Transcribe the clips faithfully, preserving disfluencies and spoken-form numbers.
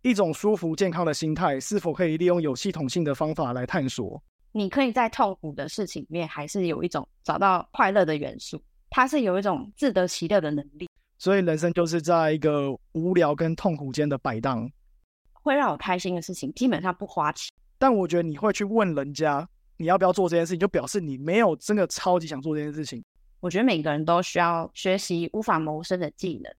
一种舒服健康的心态是否可以利用有系统性的方法来探索。 你可以在痛苦的事情里面还是有一种找到快乐的元素，它是有一种自得其乐的能力。 所以人生就是在一个无聊跟痛苦间的摆荡， 会让我开心的事情基本上不花钱。 但我觉得你会去问人家你要不要做这件事情，就表示你没有真的超级想做这件事情。 我觉得每个人都需要学习无法谋生的技能。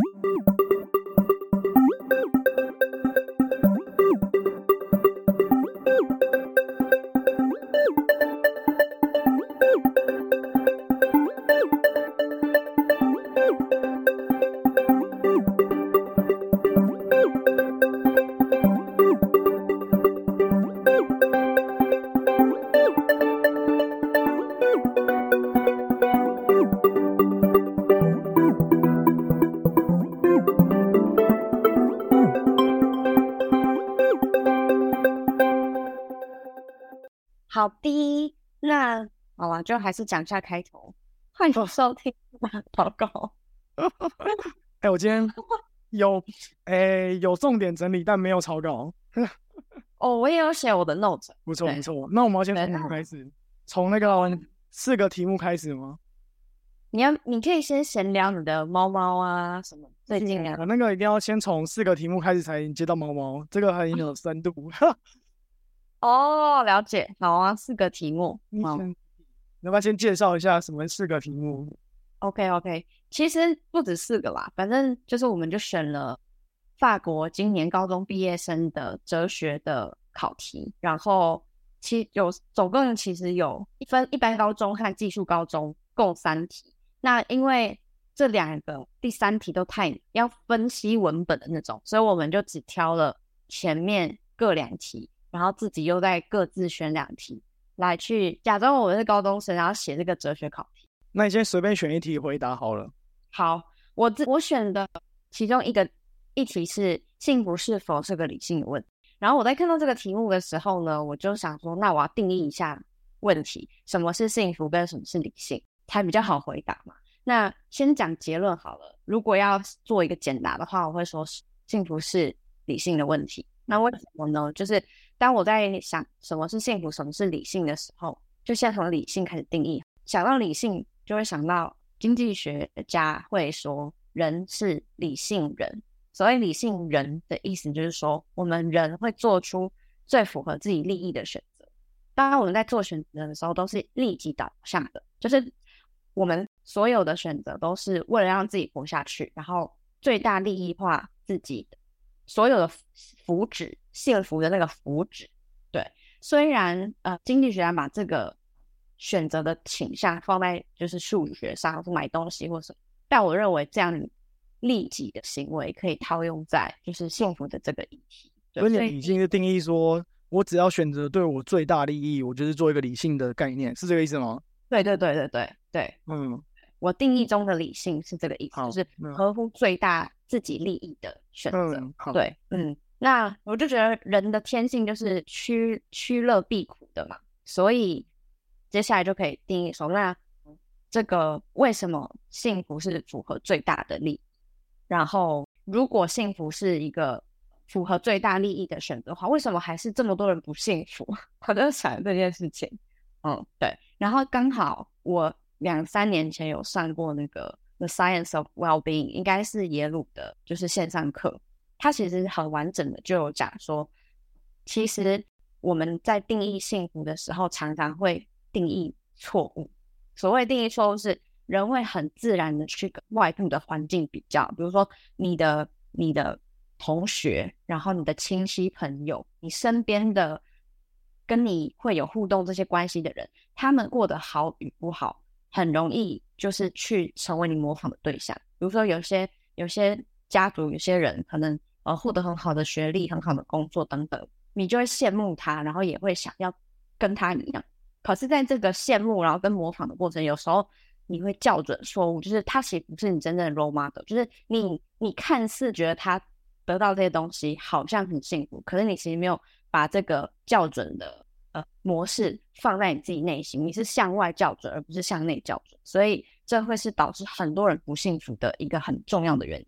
好的，那好了，就还是讲一下开头。欢迎收听祷告。 哎、欸，我今天有哎、欸、有重点整理，但没有草稿。 哦，我也有写我的 note。 不错不错，那我们要先从哪开始？从那个四个题目开始吗？ 你要，你可以先闲聊你的猫猫啊什么最近啊。 那个一定要先从四个题目开始才接到猫猫，这个很有深度。 哦，了解，好啊，四个题目。 你要不要先介绍一下什么四个题目 ？OK OK， 其实不止四个啦，反正就是我们就选了法国今年高中毕业生的哲学的考题，然后其有总共其实有一分一般高中和技术高中共三题。那因为这两个第三题都太要分析文本的那种，所以我们就只挑了前面各两题。然后自己又再各自选两题来去假装我们是高中生，然后写这个哲学考题。 那你先随便选一题回答好了。 好，我自我选的其中一个一题是幸福是否是个理性的问题。然后我在看到这个题目的时候呢，我就想说，那我要定义一下问题，什么是幸福跟什么是理性，才比较好回答嘛。那先讲结论好了。如果要做一个简答的话，我会说幸福是理性的问题。那为什么呢？就是当我在想什么是幸福什么是理性的时候，就先从理性开始定义。想到理性就会想到经济学家会说人是理性人。所谓理性人的意思就是说，我们人会做出最符合自己利益的选择。当然我们在做选择的时候都是利己导向的，就是我们所有的选择都是为了让自己活下去，然后最大利益化自己的所有的福祉，幸福的那个福祉。对，虽然呃经济学家把这个选择的倾向放在就是数学上，或是买东西或什么，但我认为这样利己的行为可以套用在就是幸福的这个议题。 所以你的理性是定义说，我只要选择对我最大利益，我就是做一个理性的概念，是这个意思吗？ 对对对对对对，嗯，我定义中的理性是这个意思，就是合乎最大自己利益的选择。嗯、对，嗯，那我就觉得人的天性就是趋趋乐避苦的嘛，所以接下来就可以定义说，那这个为什么幸福是符合最大的利益？然后如果幸福是一个符合最大利益的选择的话，为什么还是这么多人不幸福？我就想这件事情。嗯，对。然后刚好我两三年前有上过那个 The Science of Well-being， 应该是耶鲁的就是线上课，它其实很完整的就有讲说，其实我们在定义幸福的时候常常会定义错误。所谓定义错误是人会很自然的去跟外部的环境比较，比如说你的你的同学，然后你的亲戚朋友，你身边的跟你会有互动这些关系的人，他们过得好与不好，很容易就是去成为你模仿的对象。比如说有些有些家族，有些人可能呃获得很好的学历、很好的工作等等，你就会羡慕他，然后也会想要跟他一样。可是在这个羡慕然后跟模仿的过程，有时候你会校准错误，就是他其实不是你真正的 role model， 就是你你看似觉得他得到这些东西好像很幸福，可是你其实没有把这个校准的呃模式放在你自己内心，你是向外校准而不是向内校准，所以这会是导致很多人不幸福的一个很重要的原因。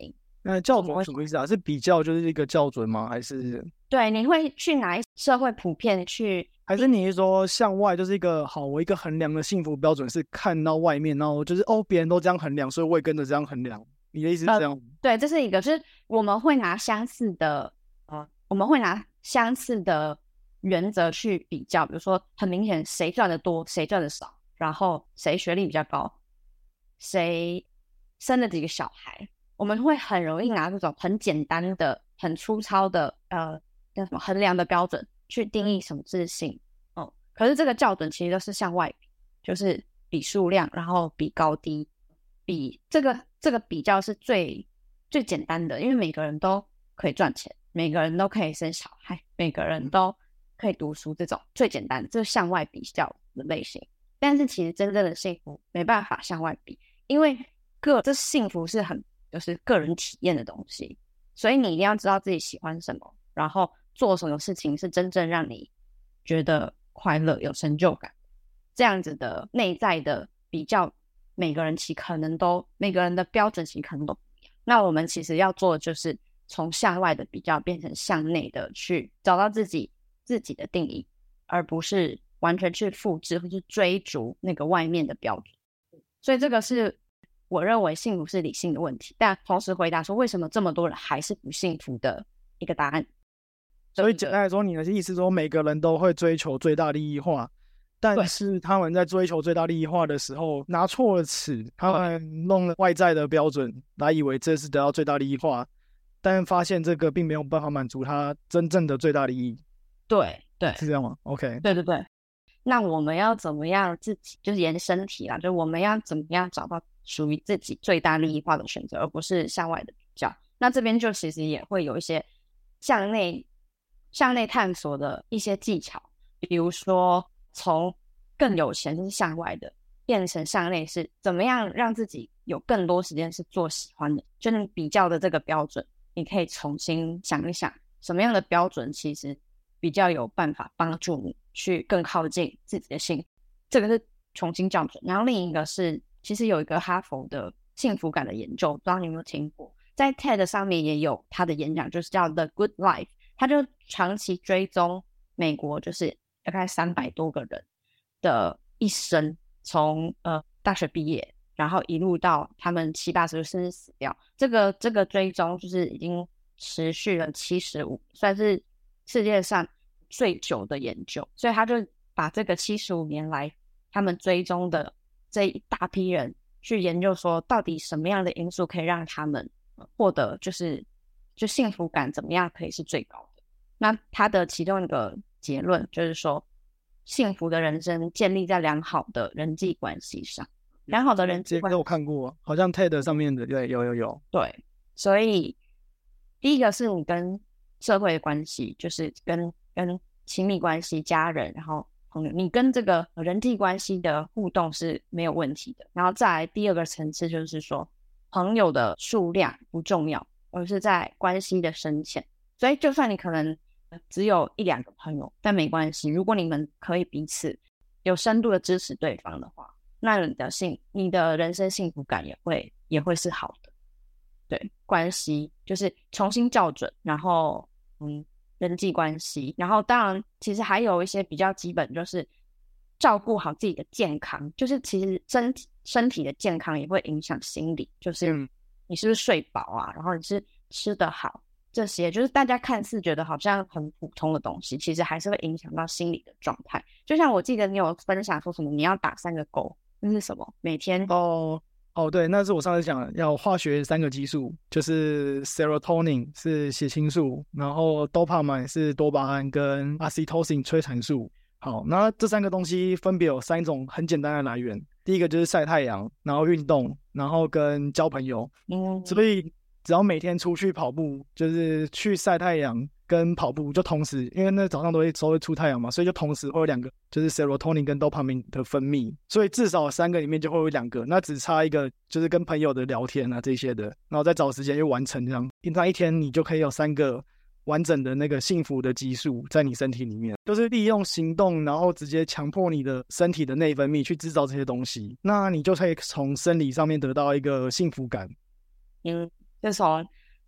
那校准什么意思啊？是比较就是一个校准吗？还是对，你会去拿社会普遍去， 还是你是说向外就是一个好，我一个衡量的幸福标准是看到外面，然后就是哦别人都这样衡量，所以我也跟着这样衡量。你的意思是这样？呃、 对，这是一个，就是我们会拿相似的，呃，我们会拿相似的原则去比较，比如说很明显谁赚的多，谁赚的少，然后谁学历比较高，谁生了几个小孩。我们会很容易拿这种很简单的、很粗糙的呃叫什么衡量的标准去定义什么是幸福。哦，可是这个校准其实都是向外比，就是比数量，然后比高低，比这个这个比较是最最简单的，因为每个人都可以赚钱，每个人都可以生小孩，每个人都可以读书，这种最简单的，这是向外比较的类型。但是其实真正的幸福没办法向外比，因为个这幸福是很就是个人体验的东西，所以你一定要知道自己喜欢什么，然后做什么事情是真正让你觉得快乐有成就感，这样子的内在的比较，每个人其可能都每个人的标准其可能都不一样。那我们其实要做的就是从向外的比较变成向内的去找到自己自己的定义，而不是完全去复制或是追逐那个外面的标准。所以这个是我认为幸福是理性的问题，但同时回答说为什么这么多人还是不幸福的一个答案。 所以简单来说，你的意思说每个人都会追求最大利益化，但是他们在追求最大利益化的时候拿错了尺，他们弄了外在的标准来以为这是得到最大利益化，但发现这个并没有办法满足他真正的最大利益。 对对， 是这样吗 ？OK， 对对对。那我们要怎么样自己就是延伸题啦，就我们要怎么样找到属于自己最大利益化的选择，而不是向外的比较。那这边就其实也会有一些向内向内探索的一些技巧，比如说从更有钱就是向外的变成向内，是怎么样让自己有更多时间是做喜欢的，就是比较的这个标准你可以重新想一想什么样的标准其实比较有办法帮助你去更靠近自己的幸福，这个是重新校准。然后另一个是其实有一个哈佛的幸福感的研究，不知道你有没有听过，在 TED 上面也有他的演讲，就是叫 The Good Life， 他就长期追踪美国就是大概三百多个人的一生，从呃大学毕业然后一路到他们七八十岁甚至死掉，这个这个追踪就是已经持续了七十五，算是世界上最久的研究。所以他就把这个七十五年来他们追踪的这一大批人去研究说到底什么样的因素可以让他们获得就是就幸福感怎么样可以是最高的。那他的其中一个结论就是说幸福的人生建立在良好的人际关系上。良好的人际关系我看过，好像 TED 上面的，对，有有有。 对，所以第一个是你跟社会的关系，就是跟跟亲密关系、家人，然后朋友，你跟这个人际关系的互动是没有问题的。然后再来第二个层次就是说，朋友的数量不重要，而是在关系的深浅。所以就算你可能只有一两个朋友，但没关系，如果你们可以彼此有深度的支持对方的话，那你的幸你的人生幸福感也会也会是好的。对，关系就是重新校准，然后嗯，人际关系，然后当然其实还有一些比较基本，就是照顾好自己的健康，就是其实身体身体的健康也会影响心理，就是你是不是睡饱啊，然后你是吃得好，这些就是大家看似觉得好像很普通的东西，其实还是会影响到心理的状态。就像我记得你有分享说什么你要打三个勾，那是什么？每天哦哦，对，那是我上次讲的，要化学三个激素，就是 serotonin 是血清素，然后 dopamine 是多巴胺，跟 oxytocin 催产素。好，那这三个东西分别有三种很简单的来源，第一个就是晒太阳，然后运动，然后跟交朋友。嗯，所以只要每天出去跑步，就是去晒太阳跟跑步，就同时，因为那早上都会稍微出太阳嘛，所以就同时会有两个，就是 serotonin 跟 dopamine 的分泌，所以至少三个里面就会有两个，那只差一个就是跟朋友的聊天啊这些的，然后再找时间去完成，这样那一天你就可以有三个完整的那个幸福的激素在你身体里面，就是利用行动，然后直接强迫你的身体的内分泌去制造这些东西，那你就可以从生理上面得到一个幸福感。 嗯，就从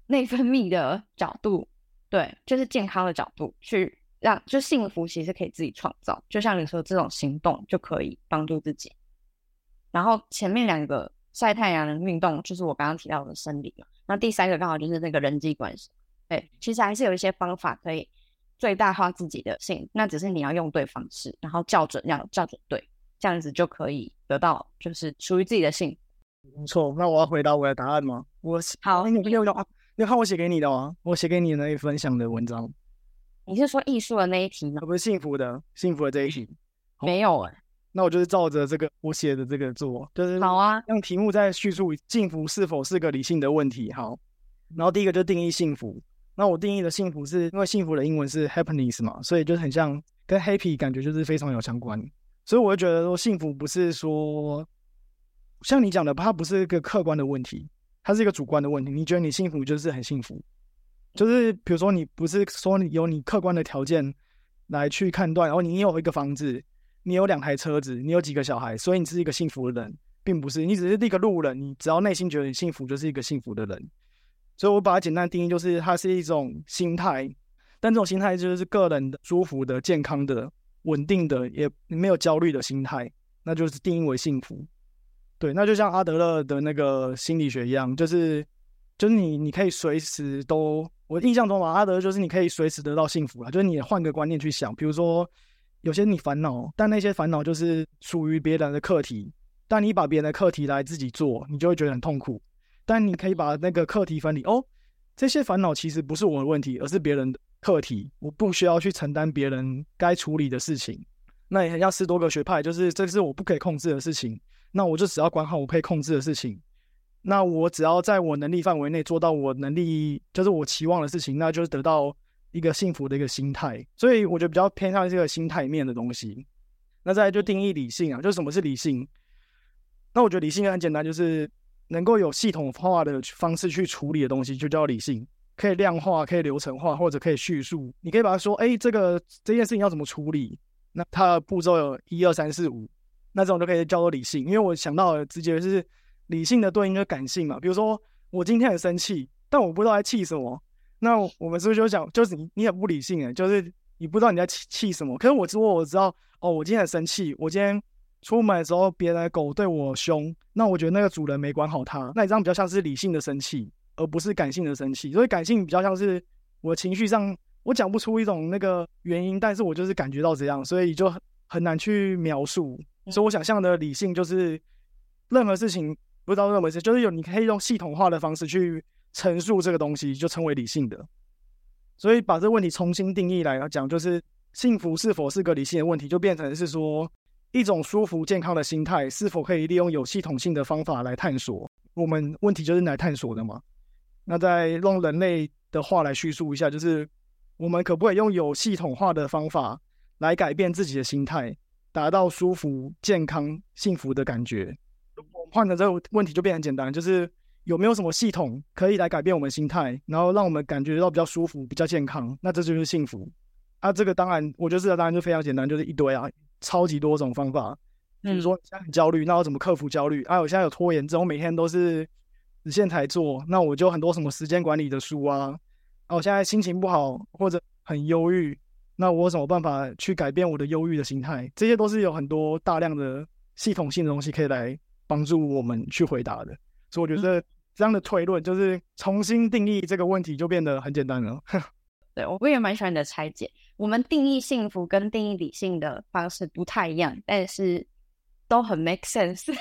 内分泌的角度，对，就是健康的角度去让，就幸福其实可以自己创造，就像你说这种行动就可以帮助自己。然后前面两个晒太阳的运动就是我刚刚提到的生理嘛，那第三个刚好就是那个人际关系。对，其实还是有一些方法可以最大化自己的幸，那只是你要用对方式，然后校准要校准对，这样子就可以得到就是属于自己的幸。 没错，那我要回答我的答案吗？我好， 你有你有看我写给你的吗？我写给你的那一分享的文章。 你是说艺术的那一题吗？ 不是幸福的，幸福的这一题。 没有哎、欸。 那我就是照着这个我写的这个做，就是好啊， 让题目在叙述幸福是否是个理性的问题。好，然后第一个就定义幸福。那我定义的幸福是因为幸福的英文是 happiness 嘛，所以就是很像跟 happy 感觉就是非常有相关。所以我会觉得说幸福不是说像你讲的，它不是一个客观的问题，它是一个主观的问题。你觉得你幸福就是很幸福，就是比如说你不是说你有你客观的条件来去判断，然后你有一个房子，你有两台车子，你有几个小孩，所以你是一个幸福的人，并不是，你只是一个路人，你只要内心觉得你幸福，就是一个幸福的人。所以我把它简单定义，就是它是一种心态，但这种心态就是个人的、舒服的、健康的、稳定的，也没有焦虑的心态，那就是定义为幸福。对，那就像阿德勒的那个心理学一样，就是就是你你可以随时都，我印象中嘛，阿德勒就是你可以随时得到幸福啦，就是你换个观念去想，比如说有些你烦恼，但那些烦恼就是属于别人的课题，但你把别人的课题来自己做，你就会觉得很痛苦。但你可以把那个课题分离，哦，这些烦恼其实不是我的问题，而是别人的课题，我不需要去承担别人该处理的事情。那也很像斯多葛学派，就是这是我不可以控制的事情，那我就只要管好我可以控制的事情，那我只要在我能力范围内做到我能力就是我期望的事情，那就是得到一个幸福的一个心态。所以我觉得比较偏向这个心态面的东西。那再来就定义理性啊，就是什么是理性。那我觉得理性很简单，就是能够有系统化的方式去处理的东西就叫理性，可以量化，可以流程化，或者可以叙述。你可以把它说，哎，这个这件事情要怎么处理，那它的步骤有一二三四五，那这种就可以叫做理性。因为我想到的直接是理性的对应就是感性嘛，比如说我今天很生气，但我不知道在气什么，那我们是不是就讲就是你你很不理性，就是你不知道你在气气什么。可是我如果我知道，哦，我今天很生气，我今天出门的时候别人的狗对我凶，那我觉得那个主人没管好它，那你这样比较像是理性的生气，而不是感性的生气。所以感性比较像是我情绪上我讲不出一种那个原因，但是我就是感觉到这样，所以就很难去描述。所以我想象的理性就是任何事情，不知道任何事，就是有你可以用系统化的方式去陈述这个东西，就称为理性的。所以把这个问题重新定义来讲，就是幸福是否是个理性的问题，就变成是说一种舒服健康的心态是否可以利用有系统性的方法来探索。我们问题就是来探索的嘛。那再用人类的话来叙述一下，就是我们可不可以用有系统化的方法来改变自己的心态，达到舒服健康幸福的感觉。我们换的这个问题就变很简单，就是有没有什么系统可以来改变我们心态，然后让我们感觉到比较舒服比较健康，那这就是幸福啊。这个当然我觉得这个当然就非常简单，就是一堆啊，超级多种方法。比如说现在很焦虑，那我怎么克服焦虑啊？我现在有拖延症，我每天都是直线才做，那我就很多什么时间管理的书啊。啊，我现在心情不好或者很忧郁，那我有什么办法去改变我的忧郁的心态？这些都是有很多大量的系统性的东西可以来帮助我们去回答的。所以我觉得这样的推论就是重新定义这个问题就变得很简单了。 对，我也蛮喜欢你的拆解。我们定义幸福跟定义理性的方式不太一样，但是都很 make sense。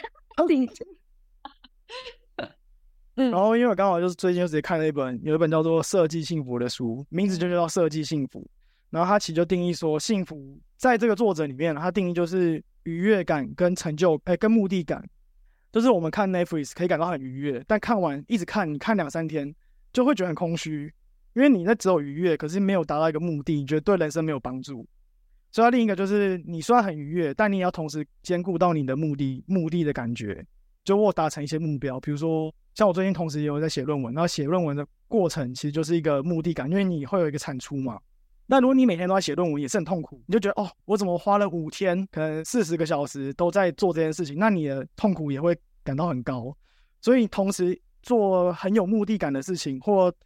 然后因为我刚好就是最近就直接看了一本有一本叫做《设计幸福》的书，名字就叫《设计幸福》。然后他其实就定义说，幸福在这个作者里面，他定义就是愉悦感跟成就，哎，跟目的感。就是我们看 Netflix 可以感到很愉悦，但看完一直看，你看两三天就会觉得很空虚，因为你那只有愉悦，可是没有达到一个目的，你觉得对人生没有帮助。所以他另一个就是你虽然很愉悦，但你也要同时兼顾到你的目的目的的感觉。就我达成一些目标，比如说像我最近同时也有在写论文，然后写论文的过程其实就是一个目的感，因为你会有一个产出嘛。那如果你每天都在写论文，也是很痛苦，你就觉得哦，我怎么花了五天，可能四十个小时都在做这件事情，那你的痛苦也会感到很高。所以同时做很有目的感的事情，或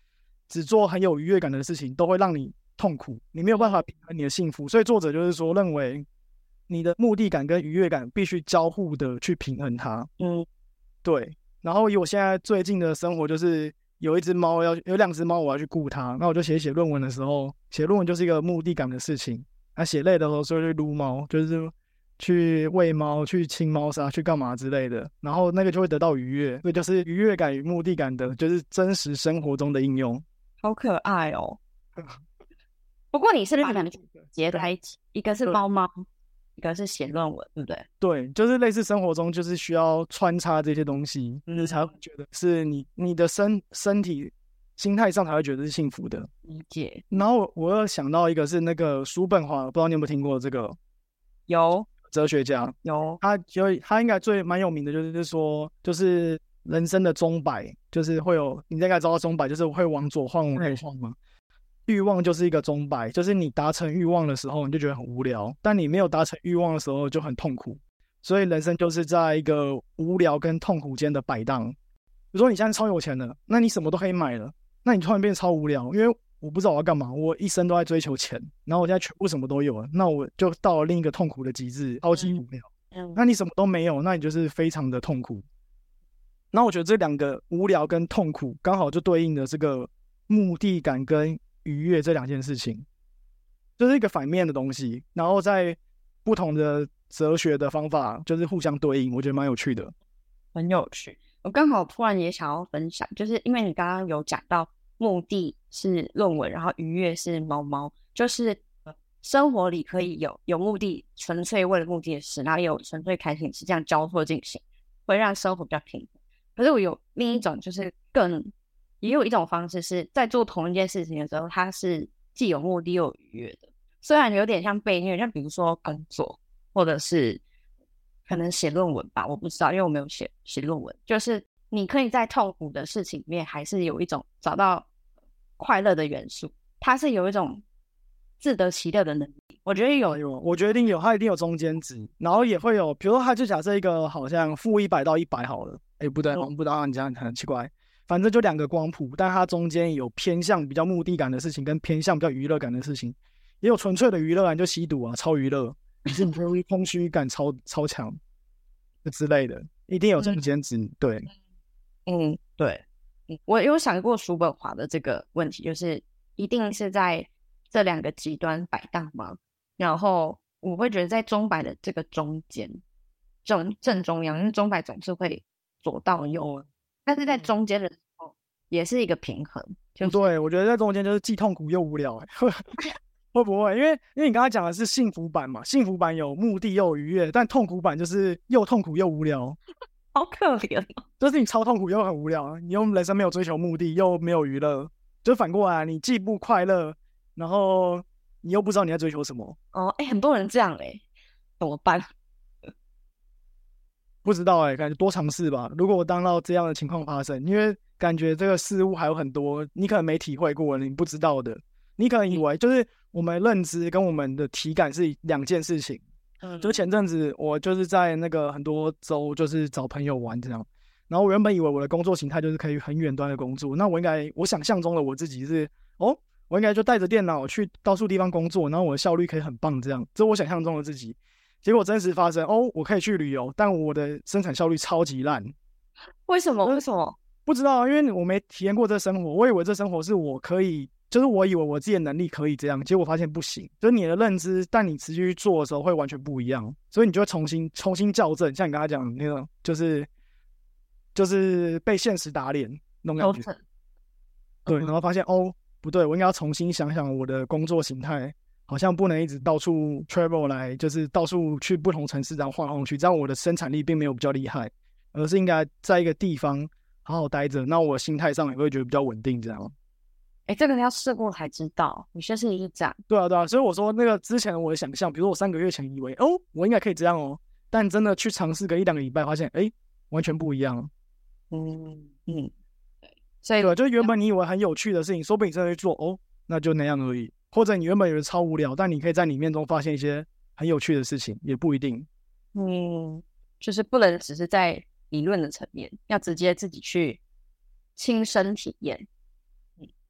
只做很有愉悦感的事情，都会让你痛苦，你没有办法平衡你的幸福。所以作者就是说，认为你的目的感跟愉悦感必须交互的去平衡它。嗯，对。然后以我现在最近的生活就是有一只猫要有两只猫，我要去顾它，那我就写写论文的时候，写论文就是一个目的感的事情。那写累的时候，所以去撸猫，就是去喂猫、去清猫砂、去干嘛之类的，然后那个就会得到愉悦，这就是愉悦感与目的感的，就是真实生活中的应用。 好可爱哦！不过你是把两个结在一起，一个是猫猫，一个是写论文，对不对？ 对，就是类似生活中就是需要穿插这些东西，你才会觉得是你你的身身体心态上才会觉得是幸福的。 理解。 然后我又想到一个是那个叔本华，不知道你有没有听过这个？ 有。 哲学家有， 他就他应该最蛮有名的就是说，就是人生的钟摆，就是会有你大概知道钟摆就是会往左晃往右晃嘛。欲望就是一个钟摆，就是你达成欲望的时候你就觉得很无聊，但你没有达成欲望的时候就很痛苦。所以人生就是在一个无聊跟痛苦间的摆荡。比如说你现在超有钱了，那你什么都可以买了，那你突然变得超无聊，因为我不知道我要干嘛，我一生都在追求钱，然后我现在全部什么都有了，那我就到了另一个痛苦的极致，超级无聊。嗯嗯、那你什么都没有，那你就是非常的痛苦。那我觉得这两个无聊跟痛苦刚好就对应的这个目的感跟愉悦这两件事情，就是一个反面的东西，然后在不同的哲学的方法就是互相对应，我觉得蛮有趣的。 很有趣。我刚好突然也想要分享，就是因为你刚刚有讲到目的是论文，然后愉悦是猫猫，就是生活里可以有有目的，纯粹为了目的的事，然后也有纯粹开心是这样交错进行，会让生活比较平衡。可是我有另一种，就是更也有一种方式是在做同一件事情的时候，它是既有目的又有愉悦的，虽然有点像被虐，像比如说工作，或者是可能写论文吧，我不知道，因为我没有写写论文，就是你可以在痛苦的事情里面还是有一种找到快乐的元素，它是有一种自得其乐的能力。我觉得有， 有，我觉得一定有，它一定有中间值，然后也会有，比如说它就假设一个好像负一百到一百好了，哎，不对，我们不知道，你这样很奇怪，反正就两个光谱，但它中间有偏向比较目的感的事情，跟偏向比较娱乐感的事情，也有纯粹的娱乐感，就吸毒啊，超娱乐，可是你会空虚感超超强之类的，一定有中间值，嗯、对， 嗯，对，我有想过叔本华的这个问题，就是一定是在这两个极端摆荡吗？然后我会觉得在钟摆的这个中间，正正中央，因为钟摆总是会左到右，但是在中间的时候也是一个平衡。就是、 对，我觉得在中间就是既痛苦又无聊、欸，会不会？因为因为你刚才讲的是幸福版嘛，幸福版有目的又有愉悦，但痛苦版就是又痛苦又无聊。 好可怜哦！ 就是你超痛苦又很无聊，你又人生没有追求目的，又没有娱乐，就反过来，你既不快乐，然后你又不知道你在追求什么。 哦，哎、欸，很多人这样哎、欸，怎么办？ 不知道哎、欸，感觉多尝试吧。如果我当到这样的情况发生，因为感觉这个事物还有很多你可能没体会过，你不知道的，你可能以为就是我们认知跟我们的体感是两件事情。嗯，就前阵子我就是在那个很多州就是找朋友玩这样，然后我原本以为我的工作形态就是可以很远端的工作，那我应该我想象中的我自己是哦，我应该就带着电脑去到处地方工作，然后我的效率可以很棒这样，这是我想象中的自己。结果真实发生哦，我可以去旅游，但我的生产效率超级烂。 为什么？为什么？ 不知道，因为我没体验过这生活，我以为这生活是我可以。就是我以为我自己的能力可以这样，结果发现不行。就是你的认知，但你持续去做的时候会完全不一样，所以你就会重新重新校正。像你刚才讲的那种，就是就是被现实打脸那种感觉。对，然后发现哦不对，我应该要重新想想我的工作形态，好像不能一直到处 travel 来，就是到处去不同城市然后晃来晃去，这样我的生产力并没有比较厉害，而是应该在一个地方好好待着，那我心态上也会觉得比较稳定这样。 哎，这个要试过才知道，有些事情是这样。 对啊，对啊，所以我说那个之前我的想象，比如说我三个月前以为哦，我应该可以这样哦，但真的去尝试个一两个礼拜，发现哎，完全不一样。 嗯嗯，对，所以对，就原本你以为很有趣的事情，说不定你真的去做哦，那就那样而已。或者你原本以为超无聊，但你可以在里面中发现一些很有趣的事情，也不一定。 嗯，就是不能只是在理论的层面，要直接自己去亲身体验。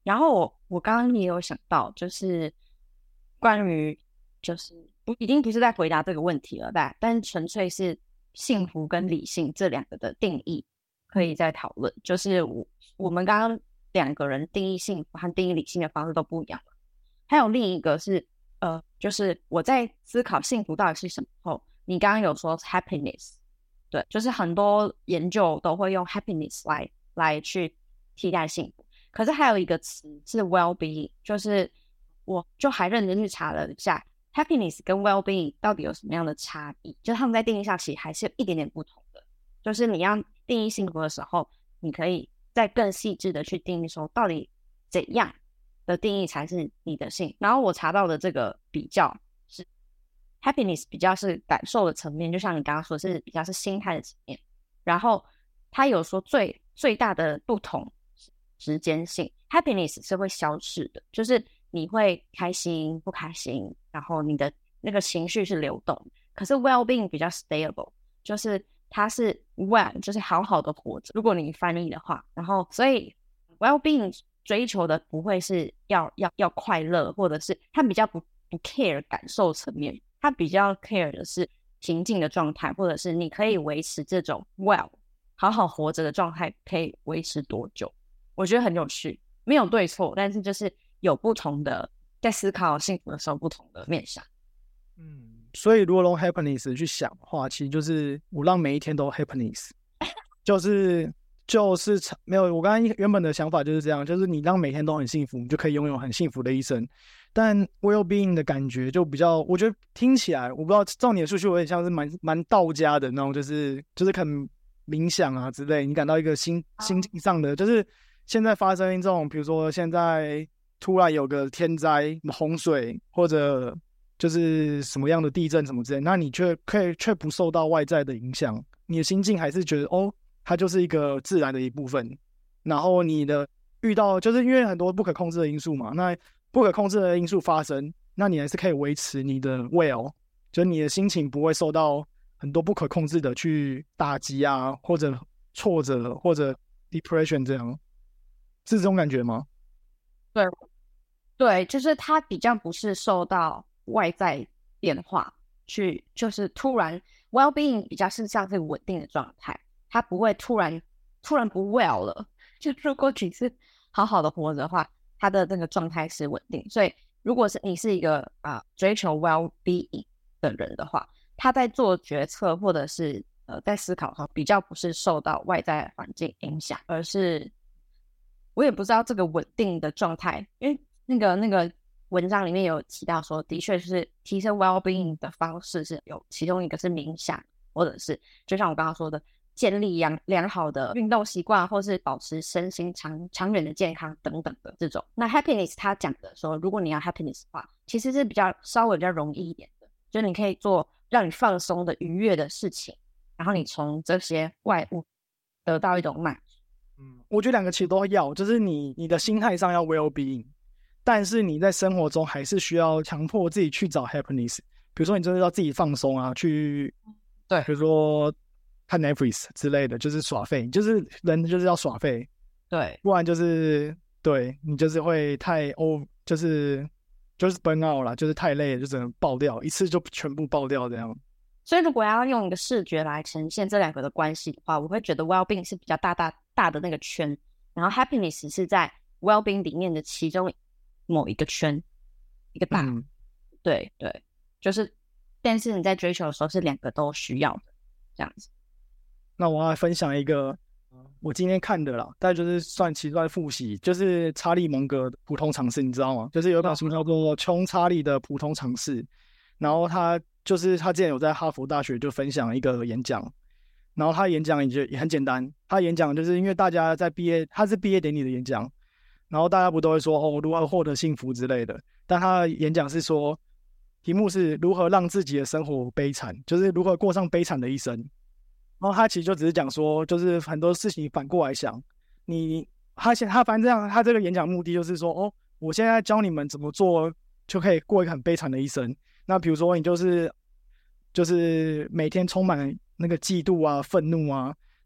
然后我我刚刚也有想到，就是关于就是不已经不是在回答这个问题了，但但是纯粹是幸福跟理性这两个的定义可以再讨论。就是我我们刚刚两个人定义幸福和定义理性的方式都不一样了。还有另一个是呃，就是我在思考幸福到底是什么后，你刚刚有说 happiness， 对，就是很多研究都会用 happiness 来来去替代幸福。可是还有一个词是 well-being， 就是我就还认真去查了一下 happiness 跟 well-being 到底有什么样的差异，就他们在定义上其实还是有一点点不同的。就是你要定义幸福的时候，你可以再更细致的去定义说到底怎样的定义才是你的幸福。然后我查到的这个比较是 happiness 比较是感受的层面，就像你刚刚说是比较是心态的层面。然后他有说最最大的不同时间性 happiness 是会消逝的，就是你会开心不开心，然后你的那个情绪是流动。可是 well-being 比较 stable， 就是它是 well 就是好好的活着，如果你翻译的话。然后所以 well-being 追求的不会是要要要快乐，或者是他比较不不 care 感受层面，他比较 care 的是平静的状态，或者是你可以维持这种 well 好好活着的状态可以维持多久。我觉得很有趣，没有对错，但是就是有不同的在思考幸福的时候不同的面向。 嗯，所以如果用 happiness 去想的话，其实就是我让每一天都 happiness， 就是就是没有我刚刚原本的想法就是这样，就是你让每天都很幸福，你就可以拥有很幸福的一生。但 well-being 的感觉就比较，我觉得听起来我不知道照你的数据，有点像是蛮蛮道家的那种，就是就是可能冥想啊之类，你感到一个心心境上的，就是现在发生这种，比如说现在突然有个天灾、洪水或者就是什么样的地震什么之类，那你却可以却不受到外在的影响，你的心境还是觉得哦，它就是一个自然的一部分。然后你的遇到就是因为很多不可控制的因素嘛，那不可控制的因素发生，那你还是可以维持你的 well， 就是你的心情不会受到很多不可控制的去打击啊，或者挫折或者 depression 这样。是这种感觉吗？ 对对，就是它比较不是受到外在变化去，就是突然 well-being 比较是像是稳定的状态，它不会突然突然不 well 了。就如果只是好好的活着的话，它的那个状态是稳定。所以如果是你是一个啊、呃、追求 well-being 的人的话，他在做决策或者是呃在思考的话，比较不是受到外在环境影响，而是我也不知道这个稳定的状态，因为那个那个文章里面有提到说，的确是提升 well-being 的方式是有其中一个是冥想，或者是就像我刚刚说的，建立良良好的运动习惯，或是保持身心长长远的健康等等的这种。那 happiness 他讲的说，如果你要 happiness 的话，其实是比较稍微比较容易一点的，就是你可以做让你放松的愉悦的事情，然后你从这些外物得到一种满足。 嗯，我觉得两个其实都要，就是你你的心态上要 well-being， 但是你在生活中还是需要强迫自己去找 happiness。比如说你真的要自己放松啊，去对， 比如说看 Netflix 之类的，就是耍废，就是人就是要耍废， 对， 不然就是对你就是会太哦，就是就是 burn out 啦，就是太累了就只能爆掉，一次就全部爆掉这样。 所以如果要用一个视觉来呈现这两个的关系的话，我会觉得 well-being 是比较大大大的那个圈，然后 happiness 是在 well-being 里面的其中某一个圈，一个大、嗯、对对，就是但是你在追求的时候是两个都需要的这样子。 那我要分享一个我今天看的啦，但就是算其算复习，就是查理蒙格的普通常识，你知道吗？就是有一本书叫做《穷查理的普通常识》，然后他就是他之前有在哈佛大学就分享一个演讲，然后他演讲也也很简单，他演讲就是因为大家在毕业，他是毕业典礼的演讲，然后大家不都会说哦如何获得幸福之类的，但他的演讲是说题目是如何让自己的生活悲惨，就是如何过上悲惨的一生。然后他其实就只是讲说，就是很多事情反过来想，你他现他反正这样，他这个演讲目的就是说，哦，我现在教你们怎么做，就可以过一个很悲惨的一生。那比如说你就是就是每天充满那个嫉妒啊、愤怒啊，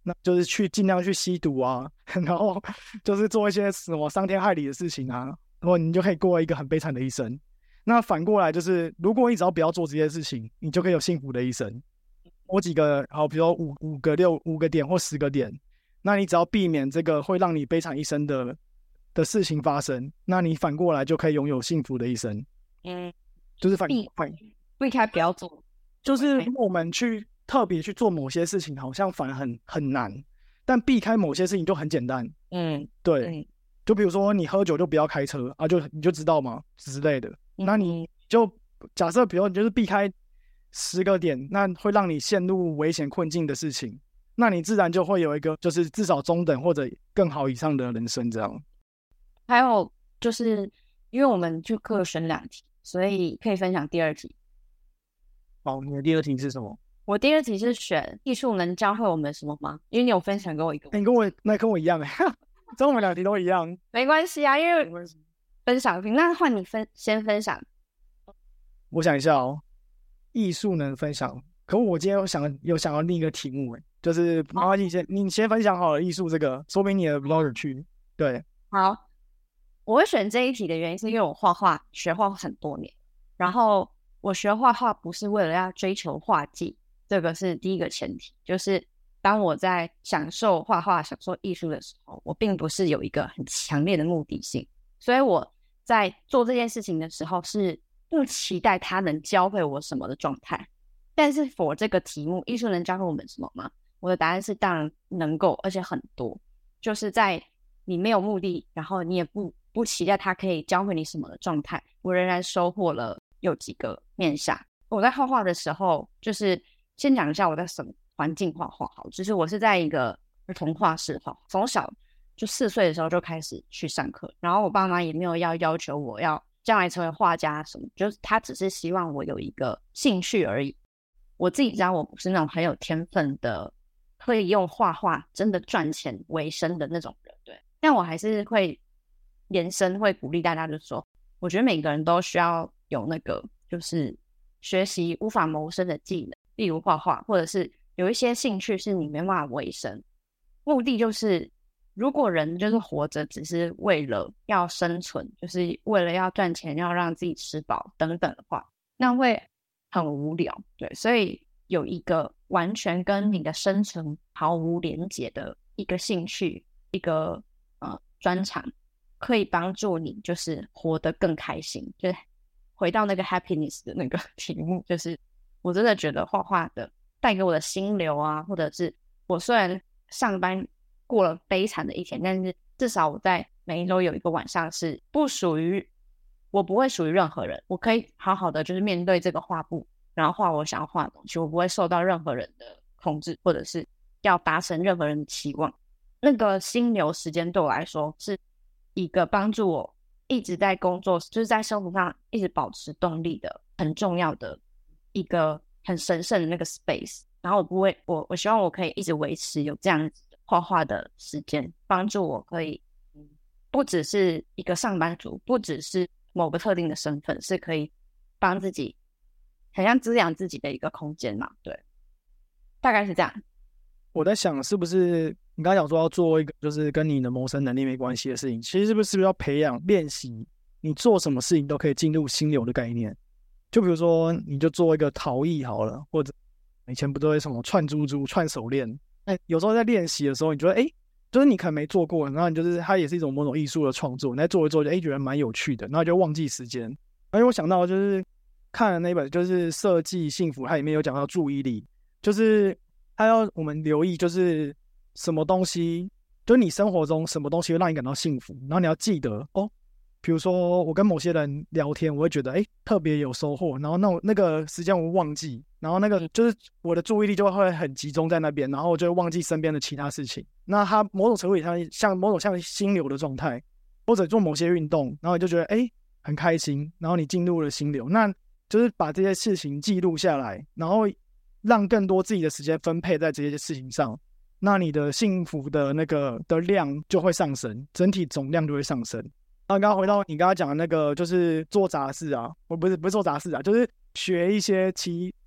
那就是去尽量去吸毒啊，然后就是做一些什么伤天害理的事情啊，然后你就可以过一个很悲惨的一生。那反过来就是，如果你只要不要做这些事情，你就可以有幸福的一生。我几个好，比如说五五个六五个点或十个点，那你只要避免这个会让你悲惨一生的的事情发生，那你反过来就可以拥有幸福的一生。嗯，就是反反避开不要做， 就是我们去特别去做某些事情，好像反而很很难，但避开某些事情就很简单。嗯，对，嗯、就比如说你喝酒就不要开车啊，就你就知道吗之类的。嗯、那你就假设，比如你就是避开十个点，那会让你陷入危险困境的事情，那你自然就会有一个就是至少中等或者更好以上的人生这样。 还有就是因为我们就各选两题，所以可以分享第二题。 好，你的第二题是什么？ 我第二题是选艺术能教会我们什么吗？因为你有分享给我一个， 欸、你跟我那跟我一样哎、欸，这我们两题都一样。 没关系啊，因为分享题，那换你分先分享。 我想一下哦，艺术能分享，可我今天有想有想要另一个题目哎、欸，就是麻烦你先、哦、你先分享好了艺术这个，说明你的比较有趣。对， 好，我会选这一题的原因是因为我画画学画很多年，然后我学画画不是为了要追求画技，这个是第一个前提，就是当我在享受画画、享受艺术的时候，我并不是有一个很强烈的目的性，所以我在做这件事情的时候是不期待它能教会我什么的状态。但是 for 这个题目，艺术能教会我们什么吗？我的答案是当然能够，而且很多，就是在你没有目的，然后你也不不期待它可以教会你什么的状态，我仍然收获了有几个面向。我在画画的时候，就是先讲一下我在什么环境画画好，就是我是在一个儿童画室画，从小就四岁的时候就开始去上课，然后我爸妈也没有要要求我要将来成为画家什么，就是他只是希望我有一个兴趣而已。我自己知道我不是那种很有天分的，可以用画画真的赚钱为生的那种人，对。但我还是会延伸，会鼓励大家，就是说，我觉得每个人都需要有那个，就是学习无法谋生的技能，例如画画，或者是有一些兴趣是你没办法为生。目的就是，如果人就是活着只是为了要生存，就是为了要赚钱，要让自己吃饱等等的话，那会很无聊，对。所以有一个完全跟你的生存毫无连结的一个兴趣，一个呃专长，可以帮助你就是活得更开心。就是回到那个 happiness 的那个题目，就是我真的觉得画画的带给我的心流啊，或者是我虽然上班过了悲惨的一天，但是至少我在每一周有一个晚上是不属于我，不会属于任何人，我可以好好的就是面对这个画布，然后画我想要画的东西，我不会受到任何人的控制，或者是要达成任何人的期望。那个心流时间对我来说是一个帮助我一直在工作，就是在生活上一直保持动力的很重要的一个很神圣的那个 space。然后我不会，我我希望我可以一直维持有这样子的画画的时间，帮助我可以不只是一个上班族，不只是某个特定的身份，是可以帮自己很像滋养自己的一个空间嘛。对，大概是这样。 我在想是不是你刚才讲说要做一个就是跟你的谋生能力没关系的事情，其实是不是是不是要培养练习你做什么事情都可以进入心流的概念。就比如说你就做一个陶艺好了，或者以前不都会什么串珠珠串手链，哎，有时候在练习的时候你觉得哎，就是你可能没做过，然后你就是它也是一种某种艺术的创作，你在做一做就哎觉得蛮有趣的，然后就忘记时间。而且我想到就是看了那本就是设计幸福，它里面有讲到注意力，就是他要我们留意就是什么东西，就是你生活中什么东西会让你感到幸福，然后你要记得哦。比如说我跟某些人聊天，我会觉得哎特别有收获，然后那那个时间我会忘记，然后那个就是我的注意力就会很集中在那边，然后我就会忘记身边的其他事情。那它某种程度也像像某种像心流的状态，或者做某些运动，然后你就觉得哎很开心，然后你进入了心流，那就是把这些事情记录下来，然后让更多自己的时间分配在这些事情上，那你的幸福的那个的量就会上升，整体总量就会上升。然后刚刚回到你刚刚讲的那个，就是做杂事啊，我不是不是做杂事啊，就是学一些其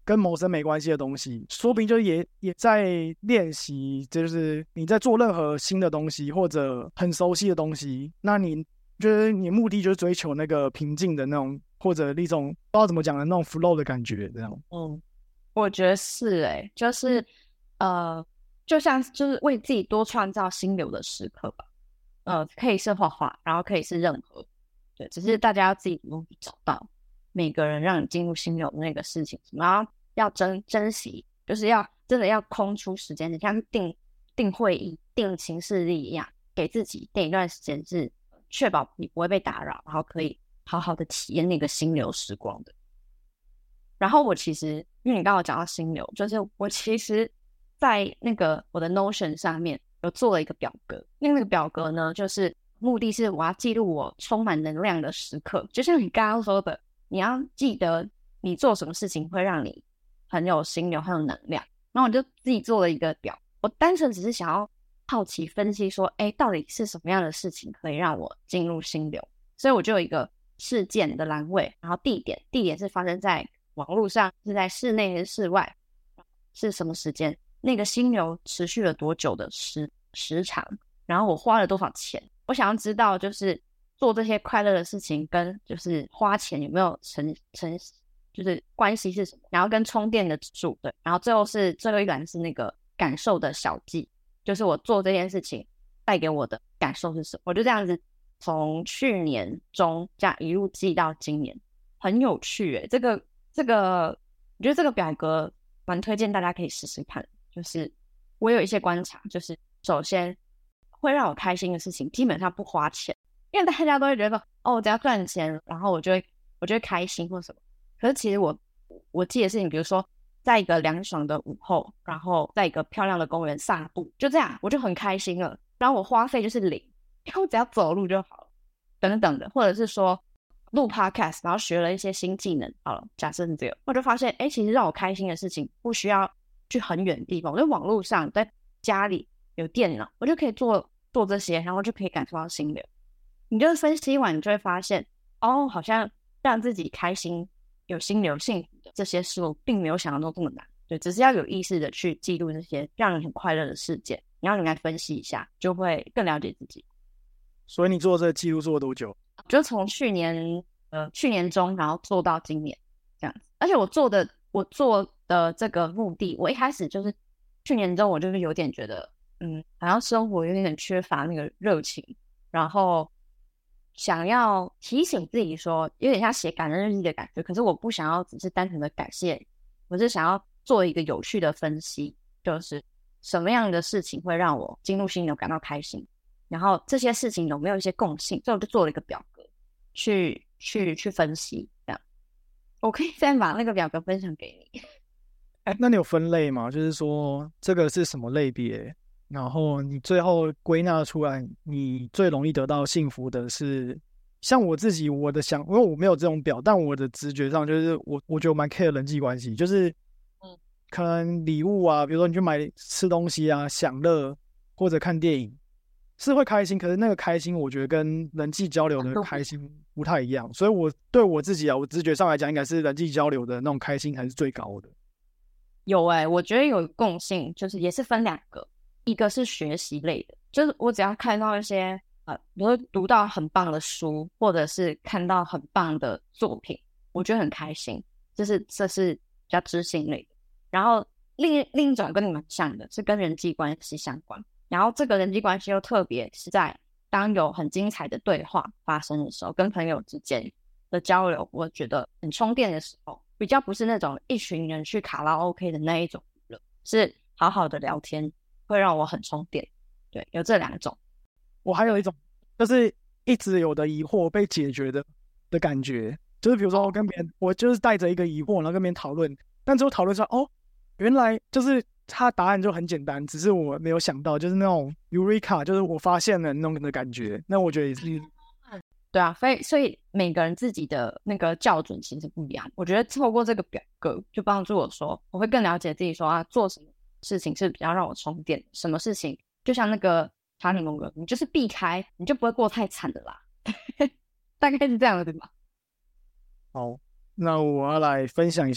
跟谋生没关系的东西，说不定就也也在练习，就是你在做任何新的东西或者很熟悉的东西，那你就是你目的就是追求那个平静的那种，或者一种不知道怎么讲的那种 flow 的感觉，这样。 嗯，我觉得是哎、欸，就是呃，就像就是为自己多创造心流的时刻吧。呃，可以是画画，然后可以是任何，对，只是大家要自己主动去找到每个人让你进入心流的那个事情，然后要珍珍惜，就是要真的要空出时间，你像定定会议、定行事历一样，给自己定一段时间，是确保你不会被打扰，然后可以好好的体验那个心流时光的。然后我其实，因为你刚刚讲到心流，就是我其实在那个我的 Notion 上面有做了一个表格，那个表格呢，就是目的是我要记录我充满能量的时刻，就像你刚刚说的，你要记得你做什么事情会让你很有心流、很有能量。然后我就自己做了一个表，我单纯只是想要好奇分析说，哎，到底是什么样的事情可以让我进入心流？所以我就有一个事件的栏位，然后地点，地点是发生在网络上，是在室内还是室外，是什么时间，那个心流持续了多久的时时长，然后我花了多少钱。我想要知道就是做这些快乐的事情跟就是花钱有没有成成就是关系是什么，然后跟充电的指数，对，然后最后是最后一栏是那个感受的小记，就是我做这件事情带给我的感受是什么。我就这样子从去年中这样一路记到今年，很有趣耶。这个这个我觉得这个表格蛮推荐大家可以试试看。就是我有一些观察，就是首先会让我开心的事情基本上不花钱，因为大家都会觉得哦，我只要赚钱然后我就会我就会开心或什么。可是其实我我记得事情，比如说在一个凉爽的午后，然后在一个漂亮的公园散步，就这样我就很开心了，然后我花费就是零，因为我只要走路就好了，等等的。或者是说录 podcast 然后学了一些新技能，好了，假设是这个，我就发现哎，其实让我开心的事情不需要去很远的地方，我在网络上在家里有电脑，我就可以做做这些，然后就可以感受到心流。你就分析完你就会发现哦，好像让自己开心有心流幸福的这些事物并没有想象中这么难，对，只是要有意识的去记录这些让你很快乐的事件，然后你来分析一下，就会更了解自己。 所以你做这个记录做了多久？ 就从去年呃去年中然后做到今年这样子。而且我做的我做的这个目的，我一开始就是去年中我就是有点觉得嗯好像生活有点缺乏那个热情，然后想要提醒自己说有点像写感恩日记的感觉，可是我不想要只是单纯的感谢，我是想要做一个有趣的分析，就是什么样的事情会让我进入心流感到开心，然后这些事情有没有一些共性，所以我就做了一个表格去去去分析。这样我可以再把那个表格分享给你。 哎，那你有分类吗？就是说这个是什么类别，然后你最后归纳出来你最容易得到幸福的是，像我自己我的想，因为我没有这种表，但我的直觉上就是我我觉得我蛮 care 人际关系，就是嗯，可能礼物啊，比如说你去买吃东西啊，享乐或者看电影是会开心，可是那个开心我觉得跟人际交流的开心不太一样，所以我对我自己啊，我直觉上来讲应该是人际交流的那种开心还是最高的。 有哎、欸，我觉得有共性，就是也是分两个，一个是学习类的，就是我只要看到一些呃，比如说读到很棒的书，或者是看到很棒的作品，我觉得很开心，就是这是比较知性类的。然后另另一种跟你们像的是跟人际关系相关，然后这个人际关系又特别是在当有很精彩的对话发生的时候，跟朋友之间的交流，我觉得很充电的时候，比较不是那种一群人去卡拉 OK 的那一种娱乐，是好好的聊天会让我很充电。对，有这两种。 我还有一种就是一直有的疑惑被解决的的感觉，就是比如说我跟别人，我就是带着一个疑惑然后跟别人讨论，但最后讨论出来哦，原来就是他答案就很简单，只是我没有想到，就是那种 Eureka， 就是我发现了那种的感觉。那我觉得也是。 对啊，所以所以每个人自己的那个校准其实不一样。我觉得透过这个表格就帮助我说，我会更了解自己说啊，做什么事情是比较让我充电，什么事情就像那个查理蒙格，你就是避开，你就不会过太惨的啦。大概是这样的，对吧？ 好，那我要来分享一下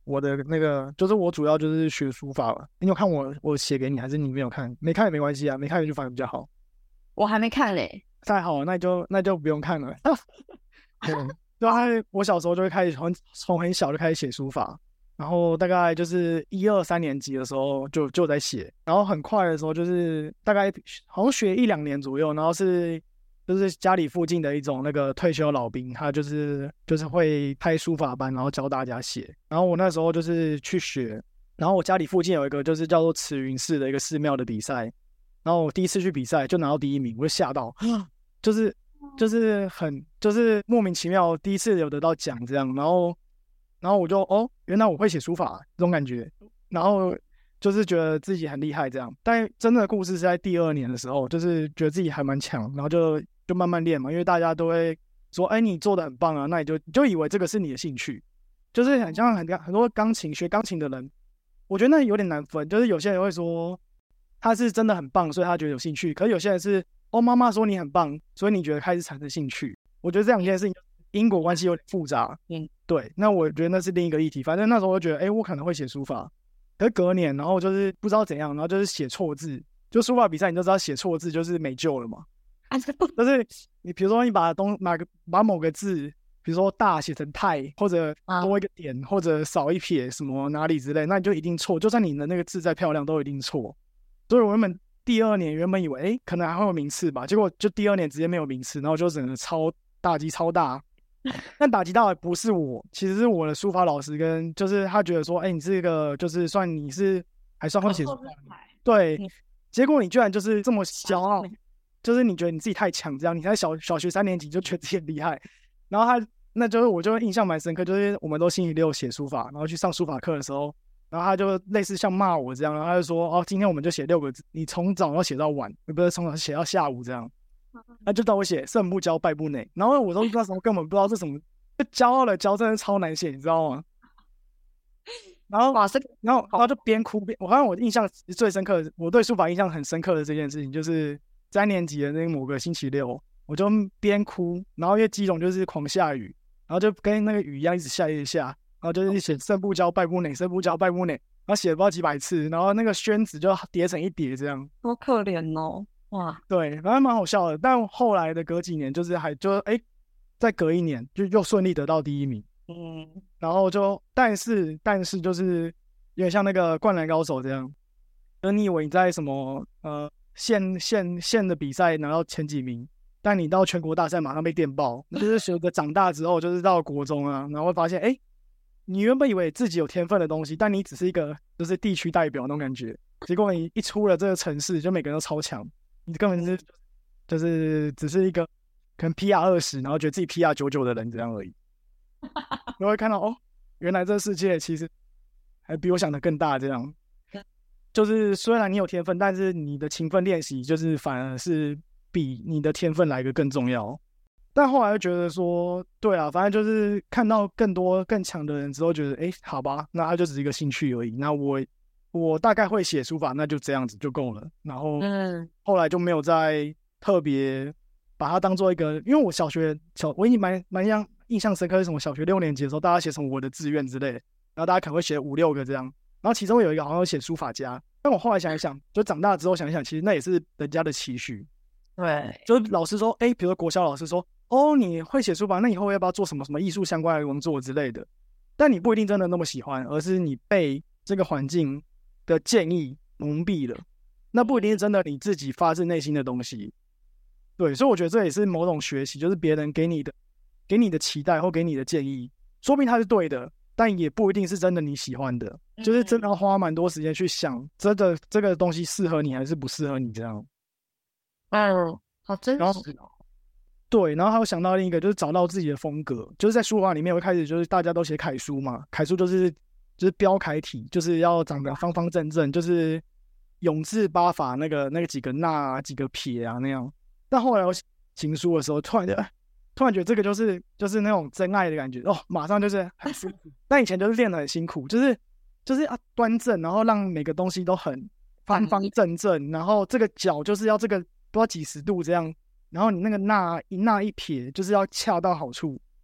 我的那个就是我主要就是学书法了。你有看我我写给你，还是你没有看？没看也没关系啊，没看就反而比较好。 我还没看嘞。 太好了，那就那就不用看了。嗯，对啊，我小时候就会开始从从很小就开始写书法，然后大概就是一二三年级的时候就就在写，然后很快的时候就是大概好像学一两年左右，然后是就是家里附近的一种那个退休老兵，他就是就是会开书法班，然后教大家写，然后我那时候就是去学，然后我家里附近有一个就是叫做慈云寺的一个寺庙的比赛，然后我第一次去比赛就拿到第一名，我就吓到，就是就是很就是莫名其妙第一次有得到奖这样，然后然后我就哦，原来我会写书法这种感觉，然后就是觉得自己很厉害这样。但真的故事是在第二年的时候，就是觉得自己还蛮强，然后就就慢慢练嘛，因为大家都会说，哎，你做的很棒啊，那你就就以为这个是你的兴趣，就是很像很很多钢琴学钢琴的人，我觉得那有点难分，就是有些人会说他是真的很棒，所以他觉得有兴趣，可是有些人是哦，妈妈说你很棒，所以你觉得开始产生兴趣。我觉得这两件事情因果关系有点复杂。嗯，对。那我觉得那是另一个议题。反正那时候我就觉得，哎，我可能会写书法。可是隔年，然后就是不知道怎样，然后就是写错字。就书法比赛，你就知道写错字就是没救了嘛。就是你比如说你把东哪个把某个字，比如说大写成太，或者多一个点，啊、或者少一撇什么哪里之类，那你就一定错。就算你的那个字再漂亮，都一定错。所以我原本第二年原本以为，哎，可能还会有名次吧，结果就第二年直接没有名次，然后就整个超打击超大。但打击到的不是我，其实是我的书法老师跟就是他觉得说，哎，你这个就是算你是还算会写书法，对，嗯、结果你居然就是这么骄傲，就是你觉得你自己太强，这样你在小小学三年级就觉得自己很厉害，然后他那就是我就印象蛮深刻，就是我们都星期六写书法，然后去上书法课的时候。然后他就类似像骂我这样，然后他就说：“哦，今天我们就写六个字，你从早要写到晚，不是从早写到下午这样。”他就让我写“胜不骄，败不馁”。然后我都那时候根本不知道是什么，就骄傲的骄真的超难写，你知道吗？然后，然后，然后就边哭边，我好像我印象最深刻的，我对书法印象很深刻的这件事情，就是三年级的那某个星期六，我就边哭，然后因为基隆就是狂下雨，然后就跟那个雨一样一直下一直下。然后就是写胜不骄败不馁，胜不骄败不馁，然后写了不知道几百次，然后那个宣纸就叠成一叠这样， 多可怜哦！哇， 对，反正蛮好笑的。但后来的隔几年，就是还就哎，再隔一年就又顺利得到第一名，嗯，然后就但是但是就是有点像那个灌篮高手这样，就你以为你在什么呃县县县的比赛拿到前几名，但你到全国大赛马上被电爆，就是随着长大之后，就是到国中啊，然后会发现哎。你原本以为自己有天分的东西，但你只是一个就是地区代表那种感觉，结果你一出了这个城市，就每个人都超强，你根本是就是只是一个可能 P R 二十，然后觉得自己 P R 九十九的人这样而已。你会看到哦，原来这世界其实还比我想的更大，这样。就是虽然你有天分，但是你的勤奋练习，就是反而是比你的天分来的更重要。但后来就觉得说，对啊，反正就是看到更多更强的人之后，觉得哎，好吧，那他就只是一个兴趣而已。那我我大概会写书法，那就这样子就够了。然后，嗯，后来就没有再特别把它当做一个，因为我小学小我已经蛮蛮像印象深刻是什么？小学六年级的时候，大家写什么我的志愿之类的，然后大家可能会写五六个这样，然后其中有一个好像写书法家。但我后来想一想，就长大之后想一想，其实那也是人家的期许。 对， 就是老师说，哎，比如说国小老师说。哦，你会写书法，那以后要不要做什么什么艺术相关的工作之类的？但你不一定真的那么喜欢，而是你被这个环境的建议蒙蔽了，那不一定是真的你自己发自内心的东西。对，所以我觉得这也是某种学习，就是别人给你的、给你的期待或给你的建议，说不定它是对的，但也不一定是真的你喜欢的，就是真的要花蛮多时间去想，真的这个东西适合你还是不适合你这样。 嗯，好真实哦。 对，然后还有想到另一个，就是找到自己的风格，就是在书法里面会开始，就是大家都写楷书嘛，楷书就是就是标楷体，就是要长得方方正正，就是永字八法那个那个几个捺啊、几个撇啊那样。但后来我行书的时候，突然就突然觉得这个就是就是那种真爱的感觉哦，马上就是很舒服。但以前就是练得很辛苦，就是就是要端正，然后让每个东西都很方方正正，然后这个角就是要这个不知道几十度这样。然后你那个捺一捺一撇，就是要恰到好处，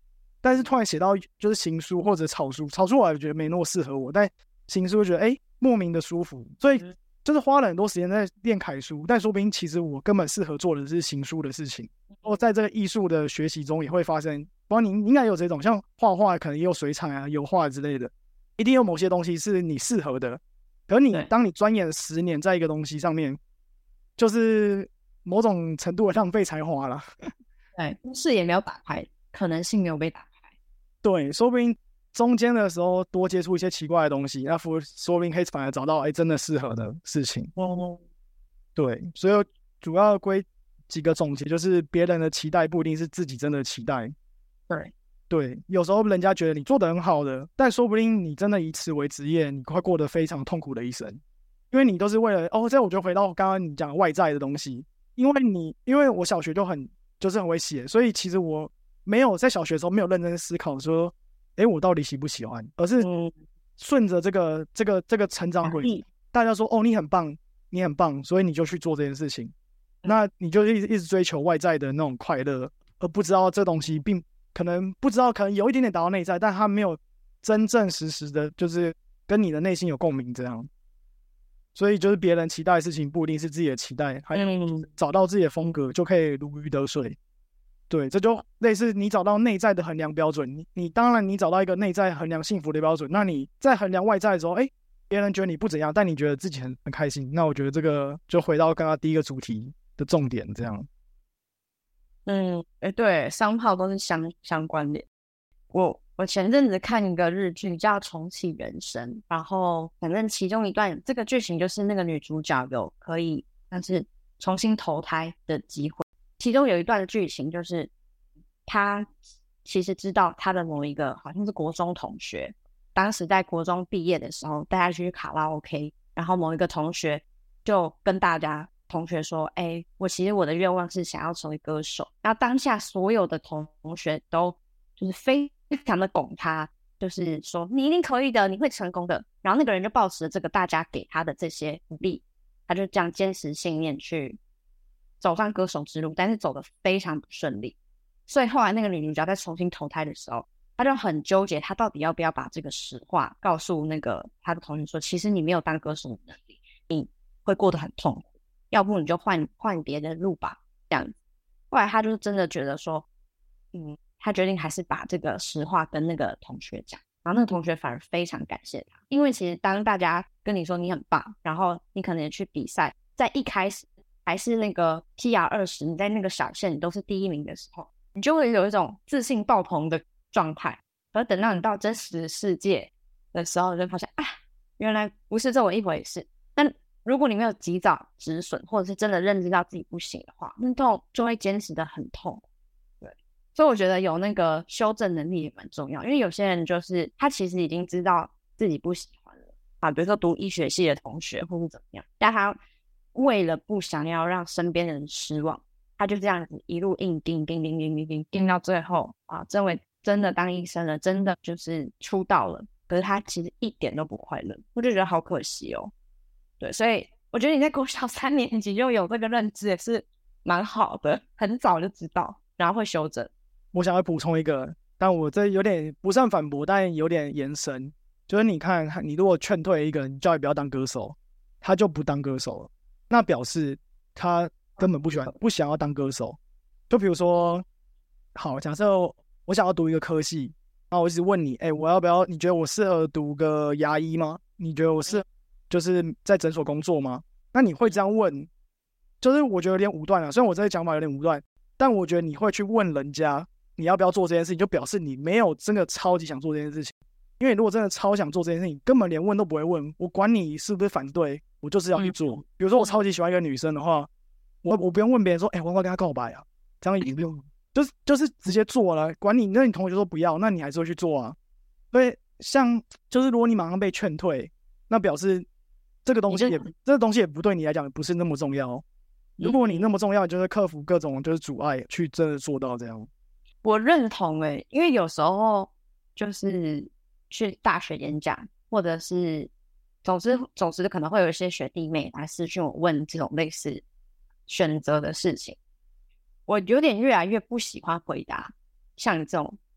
但是突然写到就是行书或者草书，草书我还觉得没那么适合我，但行书觉得哎莫名的舒服，所以就是花了很多时间在练楷书，但说不定其实我根本适合做的是行书的事情。我在这个艺术的学习中也会发生，不知道你应该有这种，像画画可能也有水彩啊、油画之类的，一定有某些东西是你适合的。可是你当你钻研十年在一个东西上面，就是某种程度的浪费才华啦。 对，视野没有打开，可能性没有被打开。 对，说不定中间的时候多接触一些奇怪的东西，那说不定可以反而找到哎真的适合的事情。哦，对，所以主要归几个总结，就是别人的期待不一定是自己真的期待。 对对，有时候人家觉得你做得很好的，但说不定你真的以此为职业，你会过得非常痛苦的一生，因为你都是为了哦，这我就回到刚刚你讲外在的东西，因为你因为我小学就很就是很会写，所以其实我没有在小学的时候没有认真思考说，哎，我到底喜不喜欢，而是顺着这个这个这个成长轨迹，大家说哦你很棒，你很棒，所以你就去做这件事情，那你就一直一直追求外在的那种快乐，而不知道这东西并可能不知道可能有一点点达到内在，但它没有真正实时的，就是跟你的内心有共鸣这样。所以就是别人期待的事情不一定是自己的期待，还有找到自己的风格就可以如鱼得水。对，这就类似你找到内在的衡量标准，你你当然你找到一个内在衡量幸福的标准，那你在衡量外在的时候，哎，别人觉得你不怎样，但你觉得自己很很开心，那我觉得这个就回到刚刚第一个主题的重点这样。 嗯，哎，对，商号都是相相关联。我我前阵子看一个日剧叫《重启人生》，然后反正其中一段这个剧情就是那个女主角有可以但是重新投胎的机会。其中有一段的剧情就是她其实知道她的某一个好像是国中同学，当时在国中毕业的时候带她去卡拉 OK， 然后某一个同学就跟大家同学说，哎、欸，我其实我的愿望是想要成为歌手。然后当下所有的同学都就是非常的拱他，就是说你一定可以的，你会成功的。然后那个人就抱持了这个大家给他的这些鼓励，他就这样坚持信念去走上歌手之路，但是走得非常不顺利。所以后来那个女主角在重新投胎的时候，她就很纠结，她到底要不要把这个实话告诉那个她的同学说，其实你没有当歌手的能力，你会过得很痛苦，要不你就换换别的路吧，这样子。后来她就真的觉得说，嗯，她决定还是把这个实话跟那个同学讲，然后那个同学反而非常感谢她，因为其实当大家跟你说你很棒，然后你可能也去比赛，在一开始还是那个 P R 二十，你在那个小线你都是第一名的时候，你就会有一种自信爆棚的状态。而等到你到真实世界的时候，你就发现啊，原来不是这么一回事。但如果你没有及早止损，或者是真的认知到自己不行的话，那痛就会坚持的很痛。对，所以我觉得有那个修正能力也蛮重要，因为有些人就是他其实已经知道自己不喜欢了啊，比如说读医学系的同学或是怎么样，但他为了不想要让身边的人失望，他就这样子一路硬盯盯盯盯盯盯盯到最后啊，真为真的当医生了，真的就是出道了，可是他其实一点都不快乐，我就觉得好可惜哦。对，所以我觉得你在国小三年级就有这个认知也是蛮好的，很早就知道，然后会修正。 我想要补充一个，但我这有点不算反驳，但有点延伸，就是你看，你如果劝退一个人，叫你不要当歌手，他就不当歌手了，那表示他根本不喜欢，不想要当歌手。就比如说，好，假设我想要读一个科系，然后我一直问你，哎，我要不要？你觉得我适合读个牙医吗？你觉得我是就是在诊所工作吗？那你会这样问，就是我觉得有点武断啊。虽然我这些讲法有点武断，但我觉得你会去问人家你要不要做这件事情，就表示你没有真的超级想做这件事情。因为如果真的超想做这件事情，根本连问都不会问，我管你是不是反对，我就是要去做。比如说我超级喜欢一个女生的话，我我不用问别人说，哎、欸，我要不要跟她告白啊？这样也不用，就是就是直接做了，管你。那你同学说不要，那你还是会去做啊。所以像就是如果你马上被劝退，那表示这个东西也这个东西也不对你来讲不是那么重要。如果你那么重要，就是克服各种就是阻碍，去真的做到这样。 我认同诶、欸，因为有时候就是去大学演讲，或者是总之总之可能会有一些学弟妹来私讯我问这种类似选择的事情，我有点越来越不喜欢回答像你这种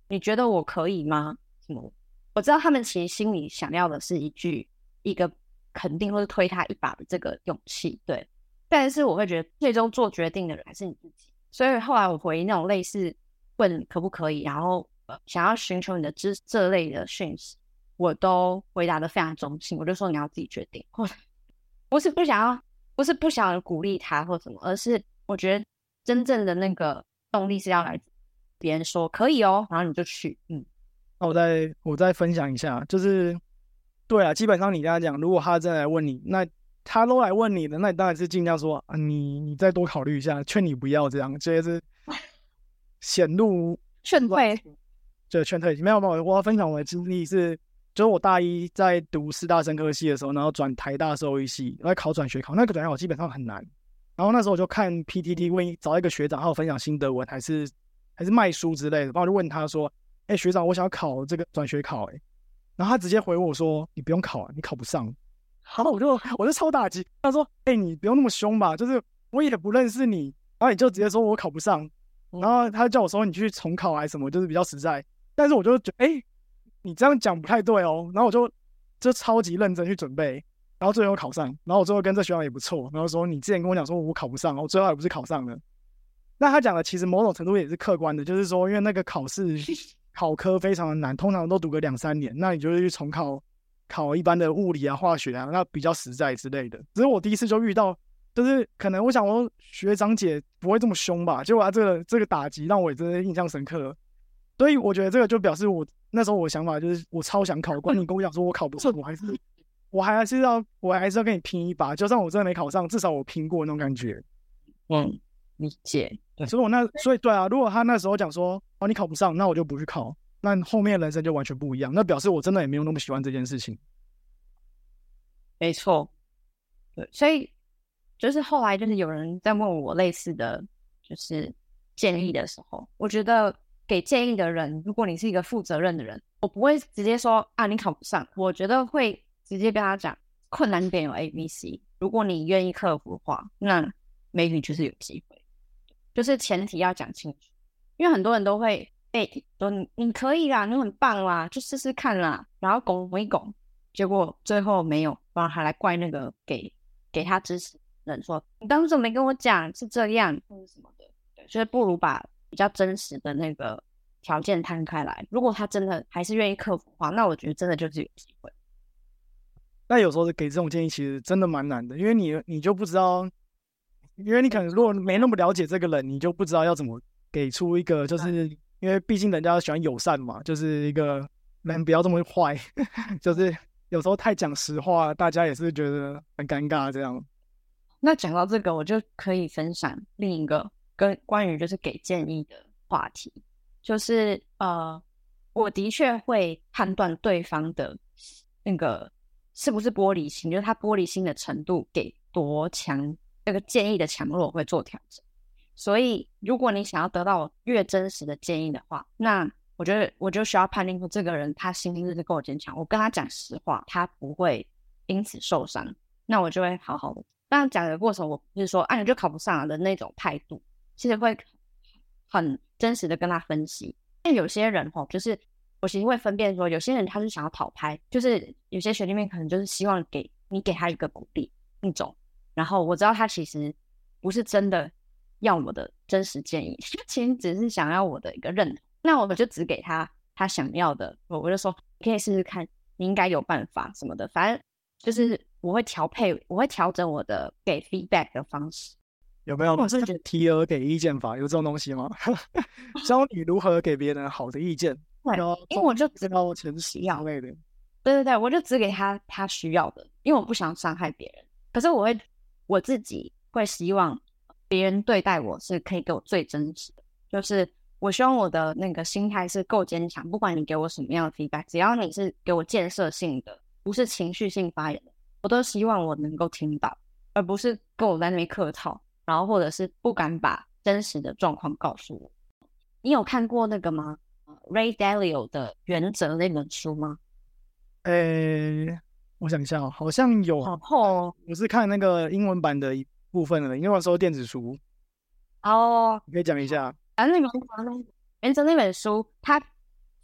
你觉得我可以吗？什么？我知道他们其实心里想要的是一句一个肯定或是推他一把的这个勇气，对。但是我会觉得最终做决定的人还是你自己，所以后来我回那种类似问可不可以，然后、呃、想要寻求你的知这类的讯息，我都回答的非常中性，我就说你要自己决定，不是不想要，不是不想鼓励他或什么，而是我觉得真正的那个动力是要来自别人说可以哦，然后你就去。嗯， 那我再我再分享一下，就是对啊，基本上你跟他讲，如果他真的来问你，那他都来问你的，那你当然是尽量说啊，你你再多考虑一下，劝你不要这样，就是显露劝退， 对，劝退。没有没有，我要分享我的经历是，就是我大一在读四大生科系的时候，然后转台大兽医系，然后考转学考，那个转学考基本上很难。然后那时候我就看 P T T 问找一个学长，他有分享心得文，还是还是卖书之类的，然后我就问他说：“哎、欸，学长，我想要考这个转学考、欸，哎。”然后他直接回我说：“你不用考啊，你考不上。”然后我就我就超打击，他说：“哎、欸，你不用那么凶吧，就是我也不认识你，然后你就直接说我考不上。”然后他叫我说：“你去重考还是什么，就是比较实在。”但是我就觉得，哎、欸，你这样讲不太对哦。然后我就就超级认真去准备，然后最后考上。然后我最后跟这学长也不错，然后说你之前跟我讲说我考不上，我最后还不是考上了。那他讲的其实某种程度也是客观的，就是说因为那个考试考科非常的难，通常都读个两三年，那你就是去重考考一般的物理啊、化学啊，那比较实在之类的。只是我第一次就遇到，就是可能我想我学长姐不会这么凶吧，结果他这个这个打击让我也真的印象深刻。所以我觉得这个就表示我那时候我想法就是我超想考，关你跟我讲说我考不上，我还是我还是要我还是要跟你拼一把，就算我真的没考上，至少我拼过那种感觉。 嗯，理解。对， 所以我那所以对啊，如果他那时候讲说哦你考不上，那我就不去考，那后面的人生就完全不一样，那表示我真的也没有那么喜欢这件事情。 没错，对，所以就是后来就是有人在问我类似的就是建议的时候，我觉得给建议的人，如果你是一个负责任的人，我不会直接说啊你考不上，我觉得会直接跟他讲困难点有 A B C， 如果你愿意克服的话，那 maybe 就是有机会，就是前提要讲清楚，因为很多人都会被说你你可以啦，你很棒啦，就试试看啦，然后拱一拱，结果最后没有，然后还来怪那个给给他支持的人说你当时怎么没跟我讲是这样或者什么的，对，所以不如把比较真实的那个条件摊开来，如果他真的还是愿意克服的话，那我觉得真的就是有机会。 那有时候给这种建议其实真的蛮难的，因为你你就不知道，因为你可能如果没那么了解这个人，你就不知道要怎么给出一个，就是因为毕竟人家喜欢友善嘛，就是一个人不要这么坏，就是有时候太讲实话，大家也是觉得很尴尬这样。 那讲到这个，我就可以分享另一个跟关于就是给建议的话题，就是呃，我的确会判断对方的那个是不是玻璃心，就是他玻璃心的程度给多强，这个建议的强弱会做调整。所以如果你想要得到越真实的建议的话，那我觉得我就需要判定出这个人他心是够坚强，我跟他讲实话，他不会因此受伤，那我就会好好的。当然讲的过程我不是说啊你就考不上了的那种态度，其实会很真实的跟他分析。但有些人吼，就是我其实会分辨说，有些人他是想要讨拍，就是有些学弟妹可能就是希望给你给他一个鼓励那种，然后我知道他其实不是真的要我的真实建议，其实只是想要我的一个认同，那我就只给他他想要的，我我就说你可以试试看，你应该有办法什么的，反正就是我会调配，我会调整我的给 feedback 的方式。 有没有？我是觉得提而给意见法有这种东西吗？教你如何给别人好的意见。 对，因为我就只到前十要类的。 对对对，我就只给他他需要的，因为我不想伤害别人。可是我会我自己会希望别人对待我是可以给我最真实的，就是我希望我的那个心态是够坚强，不管你给我什么样的 feedback， 只要你是给我建设性的，不是情绪性发言的，我都希望我能够听到，而不是跟我在那边客套，然后或者是不敢把真实的状况告诉我。你有看过那个吗？ Ray Dalio 的原则那本书吗？ 诶，我想一下，好像有， 好厚哦。 我是看那个英文版的一部分的，因为我收电子书。 哦， 你可以讲一下。 反正那个原则那本书，它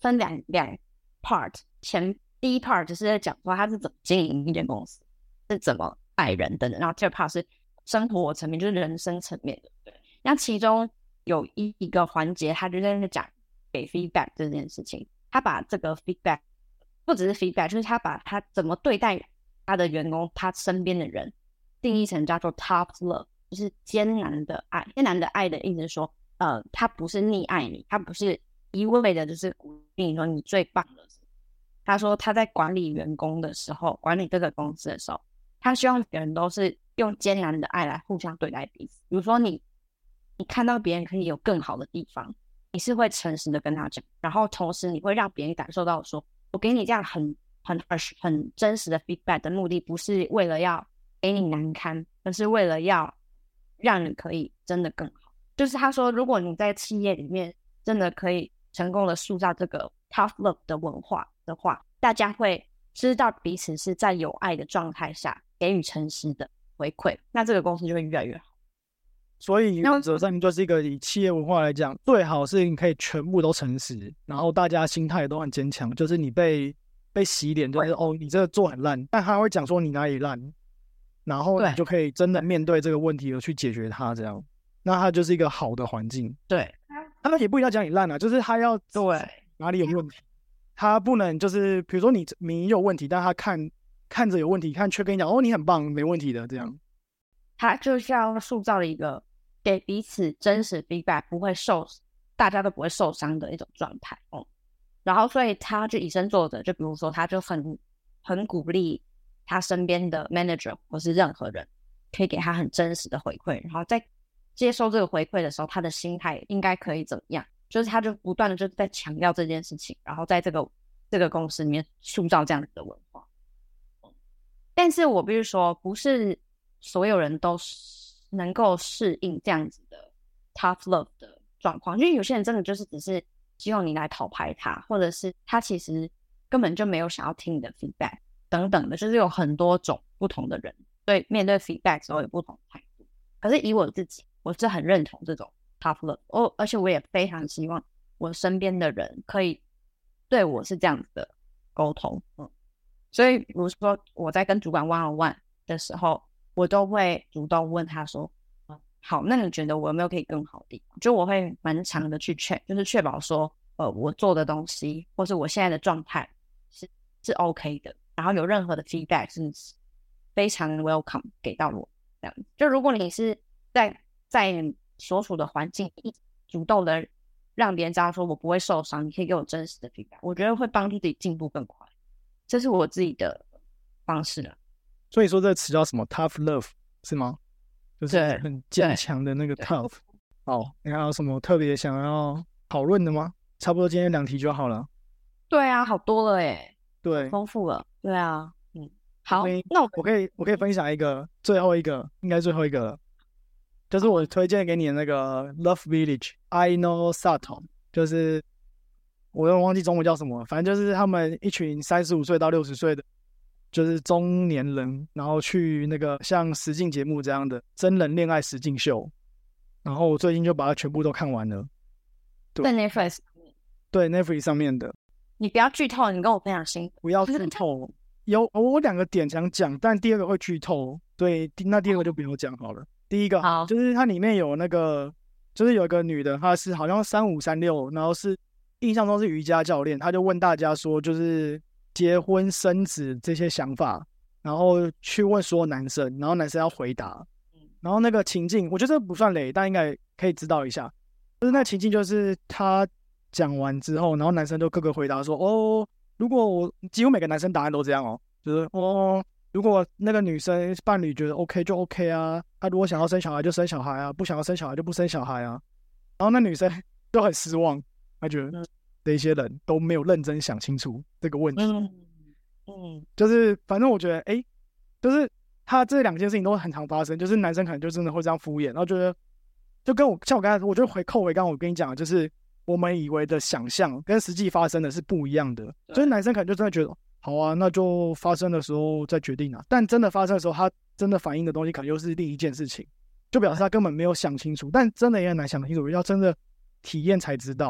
分两两 part， 前第一 part 就是在讲说他是怎么经营一间公司，是怎么爱人等等，然后第二 part 是生活层面，就是人生层面的。对，那其中有一一个环节，他就在那讲给 feedback 这件事情，他把这个 feedback 不只是 feedback， 就是他把他怎么对待他的员工，他身边的人定义成叫做 tough love， 就是艰难的爱。艰难的爱的意思是说，呃，他不是溺爱你，他不是一味的就是鼓励你说你最棒的。他说他在管理员工的时候，管理这个公司的时候，他希望每个人都是用艰难的爱来互相对待彼此。比如说你你看到别人可以有更好的地方，你是会诚实的跟他讲，然后同时你会让别人感受到说，我给你这样很很很真实的 feedback 的目的不是为了要给你难堪，而是为了要让你可以真的更好。就是他说，如果你在企业里面真的可以成功的塑造这个 tough love 的文化的话，大家会知道彼此是在有爱的状态下给予诚实的回馈，那这个公司就会越来越好。 所以原则上就是一个以企业文化来讲，最好是你可以全部都诚实，然后大家心态都很坚强，就是你被被洗脸，就是哦你这个做很烂，但他会讲说你哪里烂，然后你就可以真的面对这个问题而去解决它，这样，那它就是一个好的环境。 对， 他们也不一定要讲你烂啊，就是他要对哪里有问题，他不能就是比如说你你有问题，但他看看着有问题，看却跟你讲哦你很棒没问题的这样。 他就是要塑造了一个给彼此真实 feedback， 不会受大家都不会受伤的一种状态。嗯，然后所以他就以身作则，就比如说他就很很鼓励他身边的 manager 或是任何人可以给他很真实的回馈，然后在接受这个回馈的时候，他的心态应该可以怎么样，就是他就不断的就在强调这件事情，然后在这个这个公司里面塑造这样的文化。但是我必须说，不是所有人都能够适应这样子的 tough love 的状况，因为有些人真的就是只是希望你来讨拍他，或者是他其实根本就没有想要听你的 feedback 等等的，就是有很多种不同的人对面对 feedback 的时候有不同的态度。可是以我自己，我是很认同这种 tough love， 哦，而且我也非常希望我身边的人可以对我是这样子的沟通。嗯，所以比如说我在跟主管 one on one 的时候，我都会主动问他说，嗯，好，那你觉得我有没有可以更好的地方？就我会蛮常的去 check， 就是确保说，呃，我做的东西或是我现在的状态是是 OK 的，然后有任何的 feedback 是非常 welcome 给到我。这样，就如果你是在在所处的环境一直主动的让别人知道说我不会受伤，你可以给我真实的 feedback， 我觉得会帮助自己进步更快。这是我自己的方式了。 所以说这个词叫什么 tough love 是吗？就是很坚强的那个 tough。好，你还有什么特别想要讨论的吗？差不多今天两题就好了。 对啊，好多了耶。 对， 丰富了。对啊，嗯，好， 那我我可以我可以分享一个最后一个，应该最后一个了，就是我推荐给你的那个 Love Village Aino Sato， 就是我又忘记中文叫什么，反正就是他们一群三十五岁到六十岁的。就是中年人，然后去那个像实境节目这样的真人恋爱实境秀，然后我最近就把它全部都看完了。 在 Netflix 对 Netflix 上面的。 你不要剧透，你跟我分享心。 不要剧透，有我两个点想讲，但第二个会剧透，对，那第二个就不用讲好了。第一个好，就是它里面有那个，就是有一个女的，她是好像三五三六，然后是印象中是瑜伽教练，她就问大家说，就是结婚生子这些想法，然后去问所有男生，然后男生要回答，然后那个情境我觉得这不算雷，但应该可以知道一下，就是那情境就是他讲完之后，然后男生都各个回答说，哦，如果我几乎每个男生答案都这样哦，就是哦，如果那个女生伴侣觉得 OK 就 OK 啊，他如果想要生小孩就生小孩啊，不想要生小孩就不生小孩啊，然后那女生就很失望，她觉得这些人都没有认真想清楚这个问题。嗯嗯，就是反正我觉得，哎，就是他这两件事情都很常发生，就是男生可能就真的会这样敷衍，然后觉得就跟我像我刚才，我就回扣回刚刚我跟你讲的，就是我们以为的想象跟实际发生的是不一样的，所以男生可能就真的觉得，好啊，那就发生的时候再决定啊。但真的发生的时候，他真的反映的东西可能又是另一件事情，就表示他根本没有想清楚。但真的也很难想清楚，要真的体验才知道。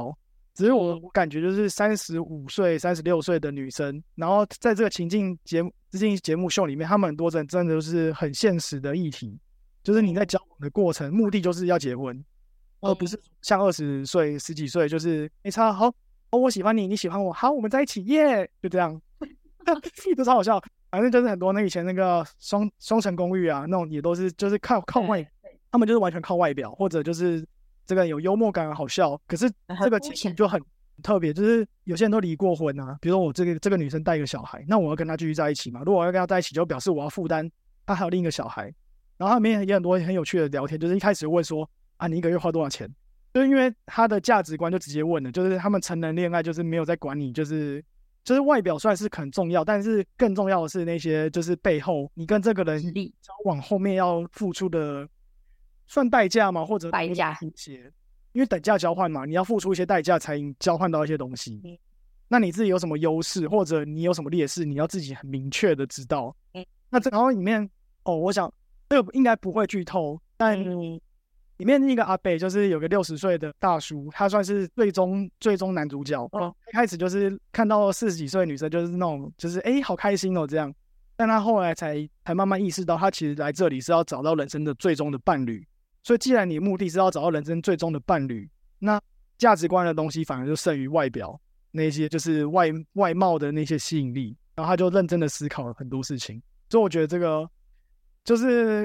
只是我我感觉就是三十五岁、三十六岁的女生，然后在这个情境节目、情境节目秀里面，他们很多人真的就是很现实的议题，就是你在交往的过程，目的就是要结婚，而不是像二十岁、十几岁，就是没差，好，哦，我喜欢你，你喜欢我，好，我们在一起，耶，就这样，都超好笑。反正就是很多那以前那个双双层公寓啊，那种也都是就是靠靠外，他们就是完全靠外表，或者就是这个有幽默感好笑，可是这个情形就很特别，就是有些人都离过婚啊，比如说我这个这个女生带一个小孩，那我要跟她继续在一起嘛，如果我要跟她在一起，就表示我要负担她还有另一个小孩，然后他里面也很多很有趣的聊天，就是一开始问说啊你一个月花多少钱，就是因为他的价值观就直接问了，就是他们成人恋爱就是没有在管你，就是就是外表算是很重要，但是更重要的是那些就是背后你跟这个人交往后面要付出的算代价吗？或者代价一些，因为等价交换嘛，你要付出一些代价才交换到一些东西。嗯、那你自己有什么优势，或者你有什么劣势，你要自己很明确的知道。嗯、那这然后里面哦，我想这个应该不会剧透，但。嗯里面那个阿北就是有个六十岁的大叔，他算是最终最终男主角。哦，一开始就是看到四十几岁的女生，就是那种就是哎、欸、好开心哦这样，但他后来才才慢慢意识到，他其实来这里是要找到人生的最终的伴侣。所以既然你的目的是要找到人生最终的伴侣，那价值观的东西反而就胜于外表那些就是外外貌的那些吸引力。然后他就认真的思考了很多事情，所以我觉得这个就是。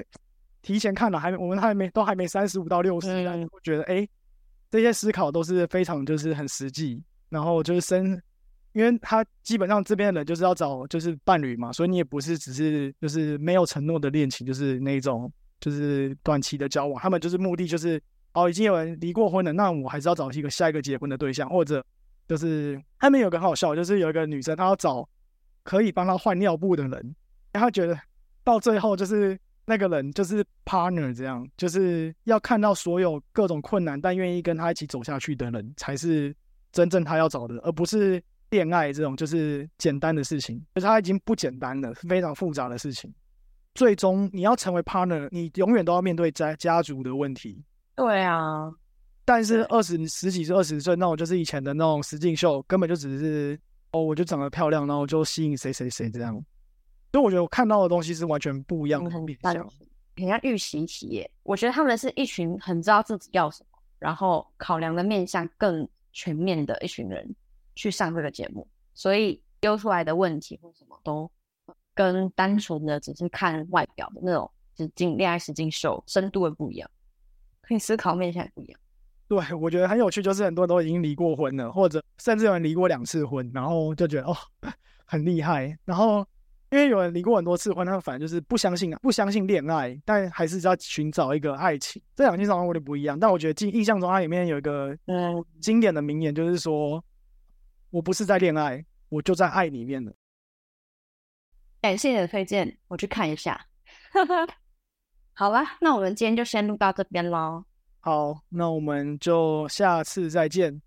提前看了，还我们还没都还没三十五到六十，但会觉得哎，这些思考都是非常就是很实际，然后就是生，因为他基本上这边的人就是要找就是伴侣嘛，所以你也不是只是就是没有承诺的恋情，就是那种就是短期的交往，他们就是目的就是哦已经有人离过婚了，那我还是要找一个下一个结婚的对象，或者就是他们有个很好笑，就是有一个女生她要找可以帮她换尿布的人，她觉得到最后就是。那个人就是 partner， 这样就是要看到所有各种困难，但愿意跟他一起走下去的人，才是真正他要找的，而不是恋爱这种就是简单的事情。就是他已经不简单了，是非常复杂的事情。最终你要成为 partner， 你永远都要面对家家族的问题。 对啊， 但是二十十几岁、二十岁那种就是以前的那种实境秀，根本就只是哦，我就长得漂亮，然后就吸引谁谁谁这样。所以我觉得我看到的东西是完全不一样的面向， 很像预习题耶。我觉得他们是一群很知道自己要什么，然后考量的面向更全面的一群人去上这个节目，所以丢出来的问题或什么都跟单纯的只是看外表的那种实境恋爱实境秀深度的不一样，可以思考面向也不一样。 对，我觉得很有趣，就是很多人都已经离过婚了，或者甚至有人离过两次婚，然后就觉得哦很厉害，然后。因为有人离过很多次婚，他们反正就是不相信啊，不相信恋爱，但还是要寻找一个爱情。这两件事好像有点不一样，但我觉得印象中它里面有一个嗯经典的名言，就是说我不是在恋爱，我就在爱里面了。 感谢你的推荐，我去看一下。好啦，那我们今天就先录到这边咯。 好，那我们就下次再见。